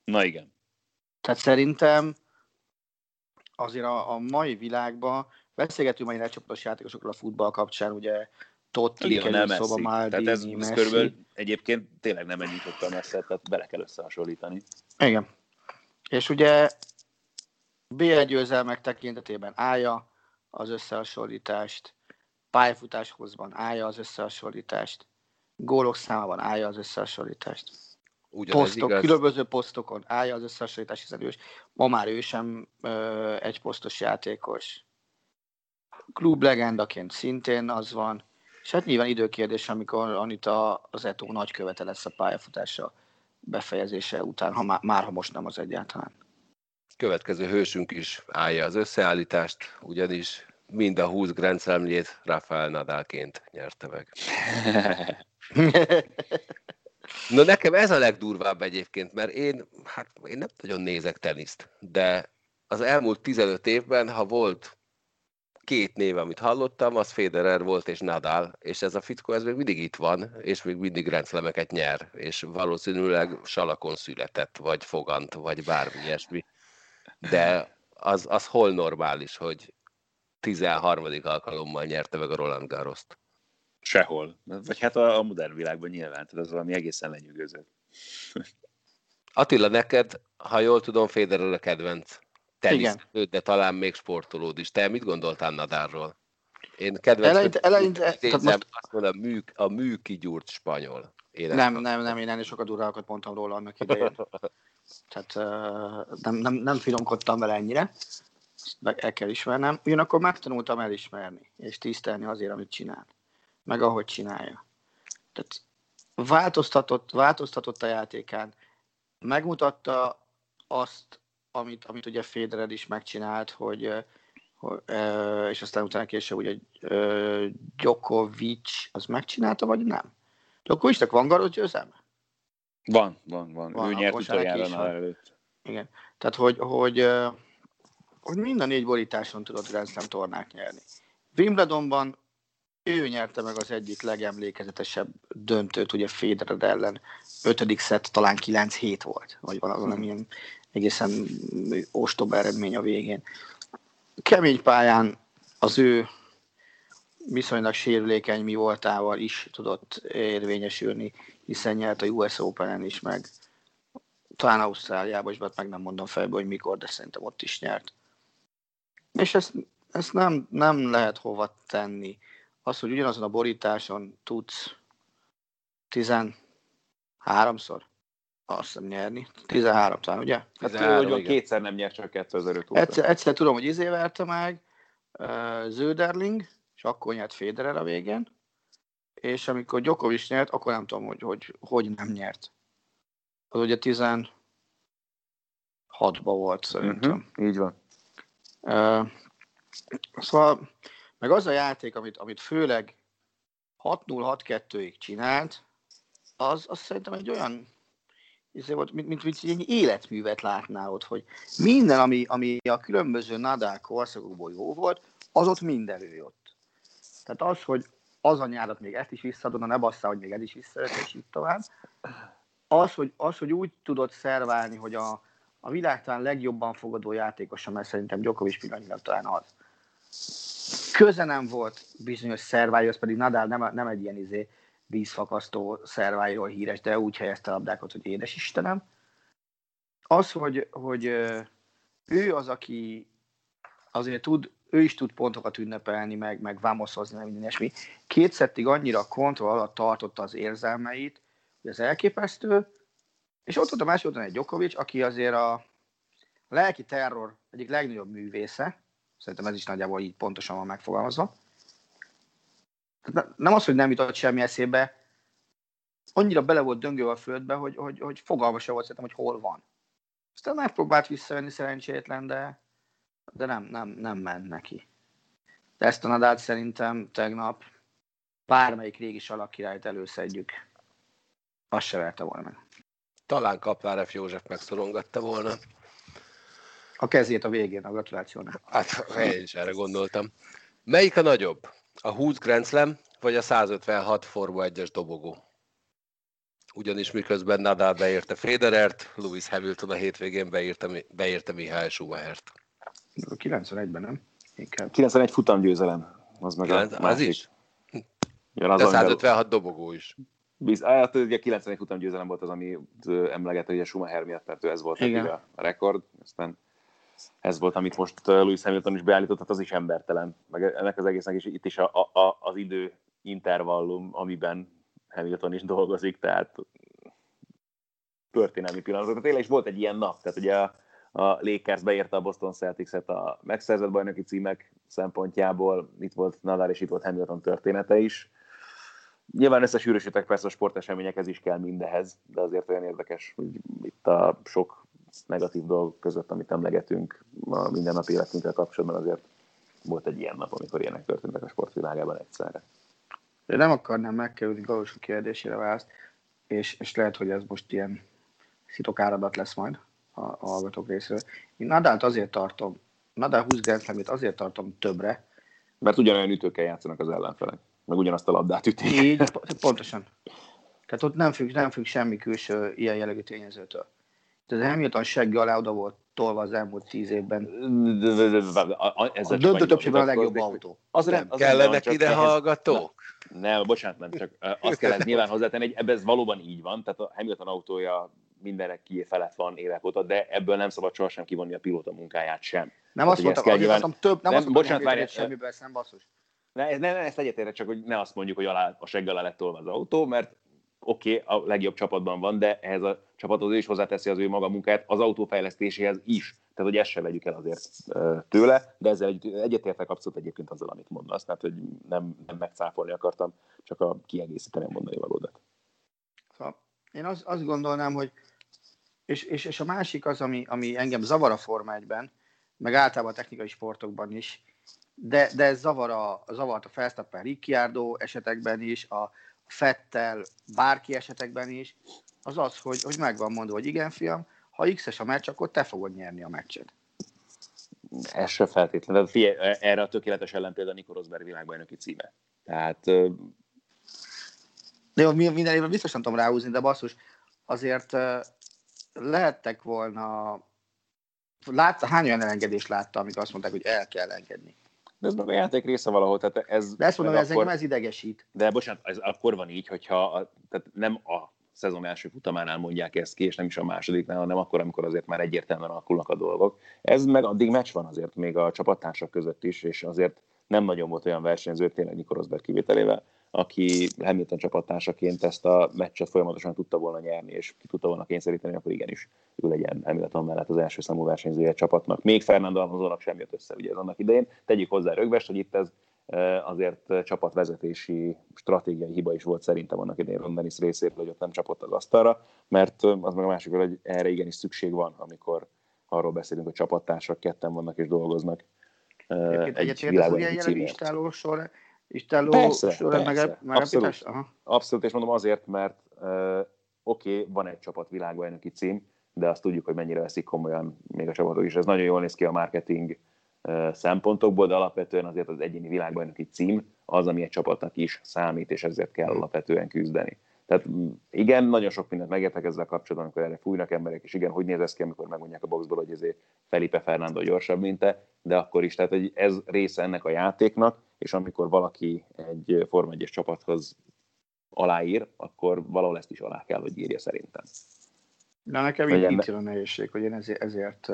[SPEAKER 5] Na igen.
[SPEAKER 4] Tehát szerintem azért a, a mai világban beszélgetünk mai lecsoportos játékosokról a futball kapcsán, ugye Totti kerül szóba, Maldini, Messi.
[SPEAKER 5] Körülbelül egyébként tényleg nem ennyi sokkal messze, tehát bele kell összehasonlítani.
[SPEAKER 4] Igen. És ugye bé egy győzelmek tekintetében állja az összehasonlítást, pályafutáshoz állja az összehasonlítást, gólok számában állja az összehasonlítást. Posztok, különböző posztokon állja az összehasonlítás, hiszen ő, ma már ő sem ö, egy posztos játékos. Klub legendaként szintén az van, és hát nyilván időkérdés, amikor Anita az Eto'o nagykövete lesz a pályafutása befejezése után, ha má, már ha most nem az egyáltalán.
[SPEAKER 3] Következő hősünk is állja az összeállítást, ugyanis mind a húsz Grand Slamjét Rafael Nadalként nyerte meg. Na nekem ez a legdurvább egyébként, mert én, hát én nem nagyon nézek teniszt, de az elmúlt tizenöt évben, ha volt két név, amit hallottam, az Federer volt és Nadal, és ez a fickó, ez még mindig itt van, és még mindig Grand Slameket nyer, és valószínűleg salakon született, vagy fogant, vagy bármi ilyesmi. De az, az hol normális, hogy tizenharmadik alkalommal nyerte meg a Roland Garrost?
[SPEAKER 5] Sehol. Vagy hát a, a modern világban nyilván, tehát az valami egészen lenyűgöző.
[SPEAKER 3] Attila, neked, ha jól tudom, Federer a kedvenc teniszeződ, de talán még sportolód is. Te mit gondoltál Nadalról? Én kedvenc...
[SPEAKER 4] Eleinte, eleinte,
[SPEAKER 3] most... azt mondom, a, mű, a mű kigyúrt spanyol.
[SPEAKER 4] Én nem, nem, nem, én ennél sokat durvákat mondtam róla annak idején. Tehát uh, nem, nem, nem finomkodtam vele ennyire. Ezt el kell ismernem. Ugyanakkor megtanultam elismerni, és tisztelni azért, amit csinál. Meg ahogy csinálja. Tehát változtatott, változtatott a játékán. Megmutatta azt, amit, amit ugye Federer is megcsinált, hogy, hogy és aztán utána később ugye Djokovic az megcsinálta, vagy nem? Djokovicnak van Garros győzelme?
[SPEAKER 5] Van, van, van. van ő nyert utoljára
[SPEAKER 4] van.
[SPEAKER 5] előtt.
[SPEAKER 4] Igen. Tehát, hogy, hogy, hogy mind a négy borításon tudott Grand Slam tornát nyerni. Wimbledonban ő nyerte meg az egyik legemlékezetesebb döntőt, ugye Federer ellen. Ötödik szett talán kilenc hét volt, vagy valamilyen hmm. egészen ostoba eredmény a végén. Kemény pályán az ő viszonylag sérülékeny mi voltával is tudott érvényesülni, hiszen nyert a U S Openen is, meg talán Ausztráliában is, mert meg nem mondom fejből, hogy mikor, de szerintem ott is nyert. És ezt, ezt nem, nem lehet hova tenni. Az, hogy ugyanazon a borításon tudsz tizenháromszor azt hiszem nyerni. tizenhárom talán, ugye?
[SPEAKER 5] tizenhárom, hát, kétszer nem nyert, csak kétezer-öt óta.
[SPEAKER 4] Egyszer, egyszer tudom, hogy izé verte meg uh, Zöderling, és akkor nyert Federer a végén, és amikor Djokovic nyert, akkor nem tudom, hogy hogy, hogy nem nyert. Az ugye tizenhatban volt szerintem.
[SPEAKER 5] Uh-huh, így van.
[SPEAKER 4] Uh, szóval, meg az a játék, amit, amit főleg hat null hat kettőig csinált, az, az szerintem egy olyan volt, mint, mint, mint egy életművet látnál ott, hogy minden, ami, ami a különböző Nadal korszakokból jó volt, az ott mind előjött. Tehát az, hogy az a nyárat még ezt is visszadod, ne basszál, hogy még ez is visszajött, és így tovább. Az, hogy, az, hogy úgy tudod szerválni, hogy a, a világ talán legjobban fogadó játékosa, mert szerintem Djokovic pillanatnyilag talán az. Köze nem volt bizonyos szervályhoz, pedig Nadal nem, nem egy ilyen izé, vízfakasztó szervályról híres, de úgy helyezte a labdákat, hogy édes Istenem. Az, hogy, hogy ő az, aki azért tud, ő is tud pontokat ünnepelni, meg, meg vámoszozni, meg minden ilyesmi. Két szettig annyira kontroll alatt tartotta az érzelmeit, hogy ez elképesztő, és ott volt a másik oldalon egy Djokovic, aki azért a lelki terror egyik legnagyobb művésze, szerintem ez is nagyjából így pontosan van megfogalmazva. Nem az, hogy nem jutott semmi eszébe, annyira bele volt döngölve a földbe, hogy, hogy, hogy fogalma sem volt szerintem, hogy hol van. Aztán megpróbált visszajönni szerencsétlen, de, de nem, nem, nem ment neki. De ezt a Nadalt szerintem tegnap bármelyik régi salakkirályt előszedjük, azt se verte volna meg.
[SPEAKER 3] Talán Kaplár F. József megszorongatta volna.
[SPEAKER 4] A kezét a végén, a gratulációnak.
[SPEAKER 3] Hát én is erre gondoltam. Melyik a nagyobb? A húsz Grand Slam, vagy a százötvenhat Forma egyes dobogó? Ugyanis miközben Nadal beírta Federert, Lewis Hamilton a hétvégén beírta, beírta Michael Schumachert.
[SPEAKER 4] kilencvenegyben, nem? Inkább.
[SPEAKER 5] kilencvenegy futamgyőzelem, az meg
[SPEAKER 3] kilenc,
[SPEAKER 5] a
[SPEAKER 3] az
[SPEAKER 5] másik.
[SPEAKER 3] is?
[SPEAKER 5] Jön az,
[SPEAKER 3] De száz ötvenhat dobogó is.
[SPEAKER 5] Biz, hát ugye kilencvenegy futamgyőzelem volt az, ami emlegette ugye Schumacher miatt, mert ő ez volt eddig a rekord. Aztán ez volt, amit most Lewis Hamilton is beállított, hát az is embertelen. Meg ennek az egésznek is itt is a, a, az idő intervallum, amiben Hamilton is dolgozik, tehát történelmi pillanatok. Tehát tényleg is volt egy ilyen nap, tehát ugye a, a Lakers beérte a Boston Celtics-et a megszerzett bajnoki címek szempontjából, itt volt Nadal és itt volt Hamilton története is. Nyilván összesűrűsítek persze a sporteseményekhez is kell mindehez, de azért olyan érdekes, hogy itt a sok negatív dolgok között, amit emlegetünk a mindennapi életünkkel kapcsolatban, azért volt egy ilyen nap, amikor ilyenek történtek a sportvilágában egyszerre.
[SPEAKER 4] Én nem akarnám megkerülni Galós kérdésére választ, és, és lehet, hogy ez most ilyen szitokáradat lesz majd a, a hallgatók részéről. Én Nadalt azért tartom, Nadal húsz Grand Slamét azért tartom többre.
[SPEAKER 5] Mert ugyanolyan ütőkkel játszanak az ellenfelek, meg ugyanazt a labdát ütik.
[SPEAKER 4] Így, pontosan. Tehát ott nem függ, nem függ semmi külső ilyen jellegű tényezőtől. Tehát Hamilton segge alá oda volt tolva az elmúlt tíz évben. A döntő többségben a legjobb autó.
[SPEAKER 3] Az nem, az kellenek ide ehhez... hallgatók?
[SPEAKER 5] Nem, nem, bocsánat, nem, csak azt kellett nyilván hozzátenni, hogy ebben ez valóban így van, tehát a Hamilton autója mindenek ki felett van évek óta, de ebből nem szabad sohasem kivonni a pilóta munkáját sem.
[SPEAKER 4] Nem azt mondtam, azért nyilván... mondtam több, nem, nem azt mondtam, hogy
[SPEAKER 5] várjál,
[SPEAKER 4] semmiből nem basszus.
[SPEAKER 5] Ne, ne, ne, ezt egyetértek, csak hogy ne azt mondjuk, hogy alá, a segg alá lett tolva az autó, mert oké, okay, a legjobb csapatban van, de ehhez a csapathoz is hozzáteszi az ő maga munkáját, az autófejlesztéséhez is. Tehát, hogy ezt se vegyük el azért tőle, de ezzel egy, egyetértek abszolút egyébként azzal, amit mondasz. Tehát, hogy nem, nem megcáfolni akartam, csak a kiegészíteni a mondani valódat.
[SPEAKER 4] Szóval én azt, azt gondolnám, hogy és, és, és a másik az, ami, ami engem zavar a Forma egyben, meg általában a technikai sportokban is, de, de ez zavar a, zavart a Verstappen Ricciardo esetekben is, a Vettel bárki esetekben is, az az, hogy, hogy meg van mondva, hogy igen, fiam, ha X-es a meccs, akkor te fogod nyerni a meccset.
[SPEAKER 5] Ez se feltétlenül. Figyelj, erre a tökéletes ellenpélda a Nico Rosberg világbajnoki címe. Tehát...
[SPEAKER 4] De jó, minden évben biztosan tudom ráhúzni, de basszus, azért lehettek volna... Látsz, hány olyan elengedést látta, amikor azt mondták, hogy el kell engedni?
[SPEAKER 5] De ez meg a játék része valahol. Tehát ez,
[SPEAKER 4] de ezt mondom, hogy ez
[SPEAKER 5] akkor...
[SPEAKER 4] engem ez idegesít.
[SPEAKER 5] De bocsánat, ez akkor van így, hogyha a, tehát nem a szezon első futamánál mondják ezt ki, és nem is a másodiknál, hanem akkor, amikor azért már egyértelműen alakulnak a dolgok. Ez meg addig meccs van azért még a csapattársak között is, és azért nem nagyon volt olyan versenyző, tényleg Nico Rosberg kivételével, aki Hamilton csapattársaként ezt a meccset folyamatosan tudta volna nyerni, és ki tudta volna kényszeríteni, akkor igenis ő legyen Hamilton mellett az első számú versenyzője a csapatnak. Még Fernando Alonsónak sem jött össze ugye ez annak idején. Tegyük hozzá rögvest, hogy itt ez azért csapatvezetési stratégiai hiba is volt szerintem annak idején Ron Dennis részéről, hogy ott nem csapott az asztalra, mert az meg a másik, hogy erre igenis szükség van, amikor arról beszélünk, hogy csapattársak ketten vannak és dolgoznak.
[SPEAKER 4] Egyébként egyetért az ilyen jellegű istáló sor, istáló persze, sor persze. Meg,
[SPEAKER 5] abszolút, abszolút, és mondom azért, mert uh, oké, okay, van egy csapat világbajnoki cím, de azt tudjuk, hogy mennyire veszik komolyan még a csapatok is. Ez nagyon jól néz ki a marketing szempontokból, de alapvetően azért az egyéni világbajnoki cím az, ami egy csapatnak is számít, és ezért kell alapvetően küzdeni. Tehát igen, nagyon sok mindent megértek ezzel kapcsolatban, amikor erre fújnak emberek, és igen, hogy néz ez ki, amikor megmondják a boxból, hogy ezért Felipe Fernando gyorsabb, mint te, de akkor is, tehát hogy ez része ennek a játéknak, és amikor valaki egy Forma egyes csapathoz aláír, akkor valahol ezt is alá kell, hogy írja szerintem.
[SPEAKER 4] De nekem így itt jön a nehézség, hogy én ezért, ezért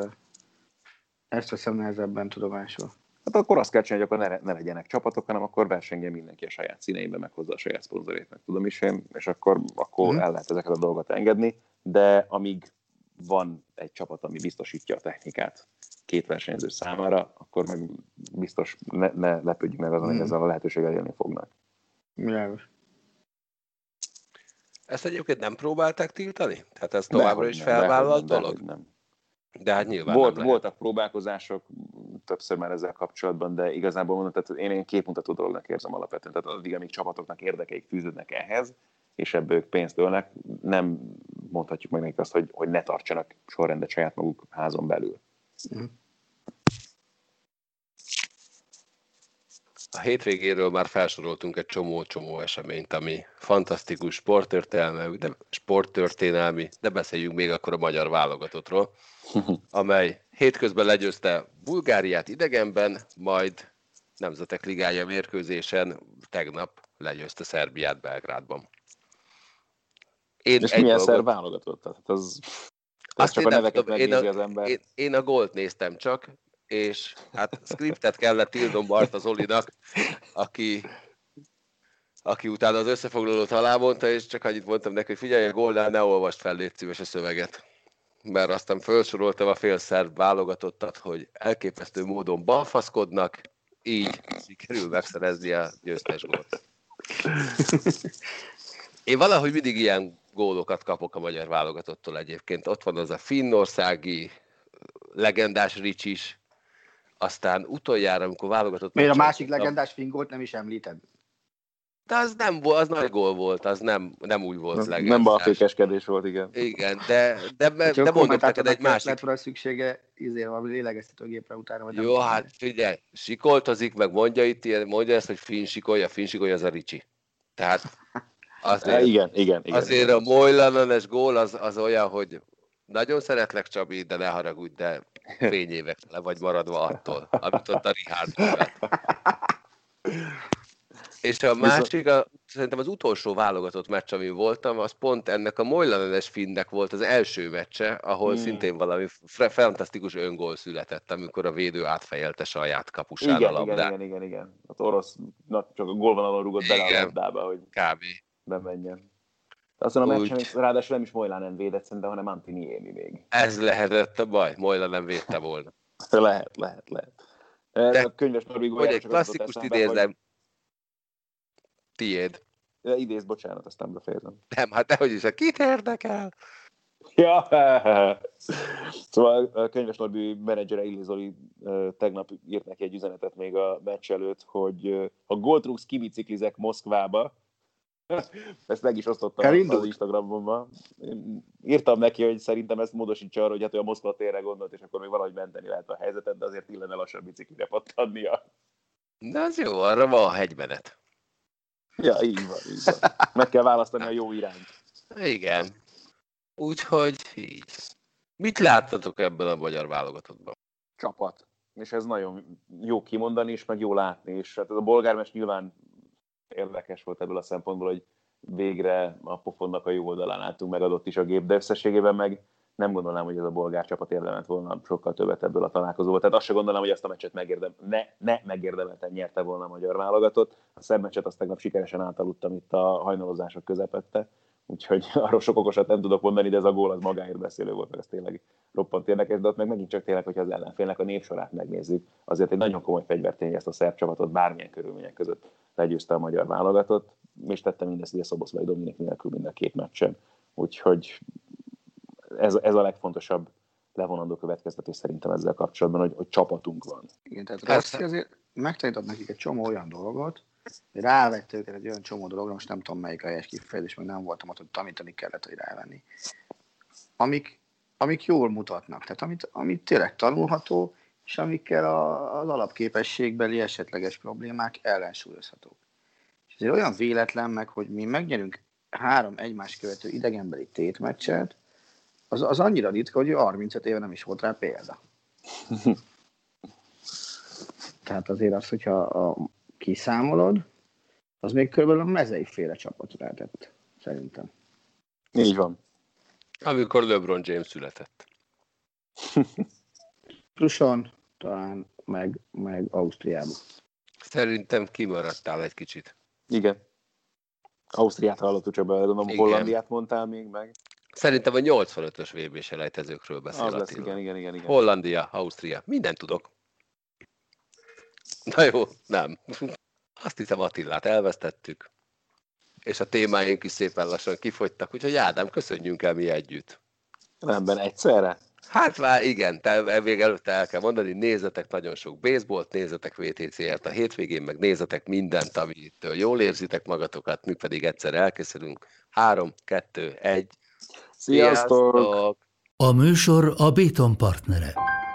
[SPEAKER 4] ezt veszem nehezebben tudomásul.
[SPEAKER 5] Hát akkor azt kell csinálni, hogy akkor ne, ne legyenek csapatok, hanem akkor versengjen mindenki a saját színeiben, meg hozzá a saját szponzorét, meg tudom is én, és akkor, akkor mm. el lehet ezeket a dolgokat engedni, de amíg van egy csapat, ami biztosítja a technikát két versenyző számára, akkor meg biztos ne, ne lepődjünk meg azon, mm. hogy ezzel a lehetőséggel élni fognak.
[SPEAKER 4] Világos.
[SPEAKER 3] Ezt egyébként nem próbálták tiltani? Tehát ez továbbra de, is felvállalt dolog?
[SPEAKER 5] De, nem.
[SPEAKER 3] De hát nyilván
[SPEAKER 5] Volt,
[SPEAKER 3] nem
[SPEAKER 5] voltak próbálkozások többször már ezzel kapcsolatban, de igazából mondom, tehát én, én képmutató dolognak érzem alapvetően. Tehát addig, amíg csapatoknak érdekeik fűződnek ehhez, és ebből ők pénzt ölnek, nem mondhatjuk meg nekik azt, hogy, hogy ne tartsanak sorrendet saját maguk házon belül.
[SPEAKER 4] Mm.
[SPEAKER 3] a hétvégéről már felsoroltunk egy csomó-csomó eseményt, ami fantasztikus sporttörténelmi, de, sporttörténelmi, de beszéljünk még akkor a magyar válogatottról, amely hétközben legyőzte Bulgáriát idegenben, majd Nemzetek Ligája mérkőzésen tegnap legyőzte Szerbiát Belgrádban.
[SPEAKER 5] Én és milyen szerb válogatott? Tehát az, az csak a neveket megnézi az ember.
[SPEAKER 3] Én, én a gólt néztem csak, és hát scriptet kellett írnom Barta Zolinak, aki, aki utána az összefoglalót alámondta, és csak annyit mondtam neki, hogy figyelj, a gólnál ne olvast fel, légy szíves a szöveget. Mert aztán felsoroltam a félszerb válogatottat, hogy elképesztő módon balfaszkodnak, így sikerül megszerezni a győztes gólt. Én valahogy mindig ilyen gólokat kapok a magyar válogatottól egyébként. Ott van az a finnországi legendás Ricsis, aztán utoljára, amikor válogatott...
[SPEAKER 4] Miért a másik legendás finn gólt nem is említed?
[SPEAKER 3] De az nem volt, az nagy gól volt, az nem, nem úgy volt
[SPEAKER 5] nem,
[SPEAKER 3] legendás.
[SPEAKER 5] Nem balfékeskedés volt, igen.
[SPEAKER 3] Igen, de, de, de, de mondok neked egy másik...
[SPEAKER 4] Lett volna szüksége izé, valami lélegeztetőgépre utána, vagy
[SPEAKER 3] Jó, hát figyelj, sikoltozik, meg mondja itt, mondja ezt, hogy finn sikolja, finn sikolja, az a Ricsi. Tehát azért,
[SPEAKER 5] igen, igen, igen,
[SPEAKER 3] azért
[SPEAKER 5] igen.
[SPEAKER 3] a Moilanen-es gól az, az olyan, hogy nagyon szeretlek, Csabi, de ne haragudj, de fényévek le vagy maradva attól, amit ott a Richard volt. És a másik, a, szerintem az utolsó válogatott meccs, amin voltam, az pont ennek a Moilanen-es Finnnek volt az első meccse, ahol hmm. szintén valami fantasztikus öngól született, amikor a védő átfejelte saját kapusára
[SPEAKER 5] igen,
[SPEAKER 3] a labdát.
[SPEAKER 5] Igen, igen, igen, igen. Az orosz na, csak a gólvonalon rúgott bele a labdába, hogy
[SPEAKER 3] kb.
[SPEAKER 5] Bemenjen. Azon a meccsen ráadásul nem is Moilanen védett szerintem, hanem Antiniemi még.
[SPEAKER 3] Ez lehetett a baj, Moilanen védte volna.
[SPEAKER 5] lehet, lehet, lehet.
[SPEAKER 3] De,
[SPEAKER 5] a könyves Norbi
[SPEAKER 3] hogy egy klasszikust idézem. Hogy... Tiéd.
[SPEAKER 5] Ja, idéz, bocsánat, aztán befejezem.
[SPEAKER 3] Nem, hát dehogy is, kit érdekel?
[SPEAKER 5] Ja, szóval a könyves Norbi menedzsere Illi Zoli tegnap írt neki egy üzenetet még a meccs előtt, hogy ha gólt rúgsz, kibiciklizek Moszkvába. Ezt meg is osztottam az Instagramon. Írtam neki, hogy szerintem ezt módosítsa arra, hogy hát ő a Moszkva térre gondolt, és akkor még valahogy menteni lehet a helyzetet, de azért illene lassan biciklire pattannia.
[SPEAKER 3] De az jó, arra van a hegymenet.
[SPEAKER 5] Ja, így van, így van. Meg kell választani a jó irányt.
[SPEAKER 3] Igen. Úgyhogy így. Mit láttatok ebből a magyar válogatottban?
[SPEAKER 5] Csapat. És ez nagyon jó kimondani, és meg jó látni. És hát ez a bolgár meccs nyilván érdekes volt ebből a szempontból, hogy végre a pofonnak a jó oldalán álltunk, megadott is a gép, de összességében meg nem gondolnám, hogy ez a bolgár csapat érdemelt volna sokkal többet ebből a találkozóból. Tehát azt se gondolnám, hogy ezt a meccset megérdem, ne, ne megérdemelten nyerte volna a magyar válogatott. A szerb meccset azt tegnap sikeresen átaludtam itt a hajnalozások közepette, úgyhogy arról sok okosat nem tudok mondani, de ez a gól az magáért beszélő volt, meg ez tényleg roppant érdekes, de ott meg megint csak tényleg, hogyha az ellenfélnek a névsorát megnézzük, azért egy nagyon komoly fegyvertény, ezt a szerb csapatot bármilyen körülmények között legyőzte a magyar válogatott, és tette mindezt ugye Szoboszlai Dominik nélkül mind a két meccsen. Úgyhogy ez, ez a legfontosabb levonandó következtetés szerintem ezzel kapcsolatban, hogy, hogy csapatunk van.
[SPEAKER 4] Igen, tehát Rossi azért megtanított nekik egy csomó olyan dolgot, hogy rávette őket egy olyan csomó dologra, most nem tudom melyik a helyes kifejezés, meg nem voltam ott, hogy tanítani kellett, hogy rávenni. Amik, amik jól mutatnak, tehát amit, amit tényleg tanulható, és amikkel a, az alapképességbeli esetleges problémák ellensúlyozhatók. És ezért olyan véletlen meg, hogy mi megnyerünk három egymást követő idegenbeli tétmeccset, az, az annyira ritka, hogy harmincöt éve nem is volt rá példa. Tehát azért az, hogyha a, kiszámolod, az még körülbelül a mezei féle csapat lehetett, szerintem.
[SPEAKER 5] Így van.
[SPEAKER 3] Amikor LeBron James született.
[SPEAKER 4] Pluson, talán meg, meg Ausztriában.
[SPEAKER 3] Szerintem kimaradtál egy kicsit.
[SPEAKER 5] Igen. Ausztriát hallottuk csak be, gondolom, Hollandiát mondtál még meg.
[SPEAKER 3] Szerintem a nyolcvanötös vé bé selejtezőkről beszél
[SPEAKER 5] az
[SPEAKER 3] Attila.
[SPEAKER 5] lesz, igen, igen, igen, igen.
[SPEAKER 3] Hollandia, Ausztria, mindent tudok. Na jó, nem. Azt hiszem Attilát elvesztettük, és a témáink is szépen lassan kifogytak, úgyhogy Ádám, köszönjünk el mi együtt.
[SPEAKER 5] Rendben, egyszerre?
[SPEAKER 3] Hát már igen, te még előtte el kell mondani, nézzetek nagyon sok baseballt, nézzetek vé té cé-t a hétvégén, meg nézzetek mindent, amitől jól érzitek magatokat, mi pedig egyszer elkészülünk. Három, kettő, egy.
[SPEAKER 5] Sziasztok! Sziasztok!
[SPEAKER 1] A műsor a Béton partnere.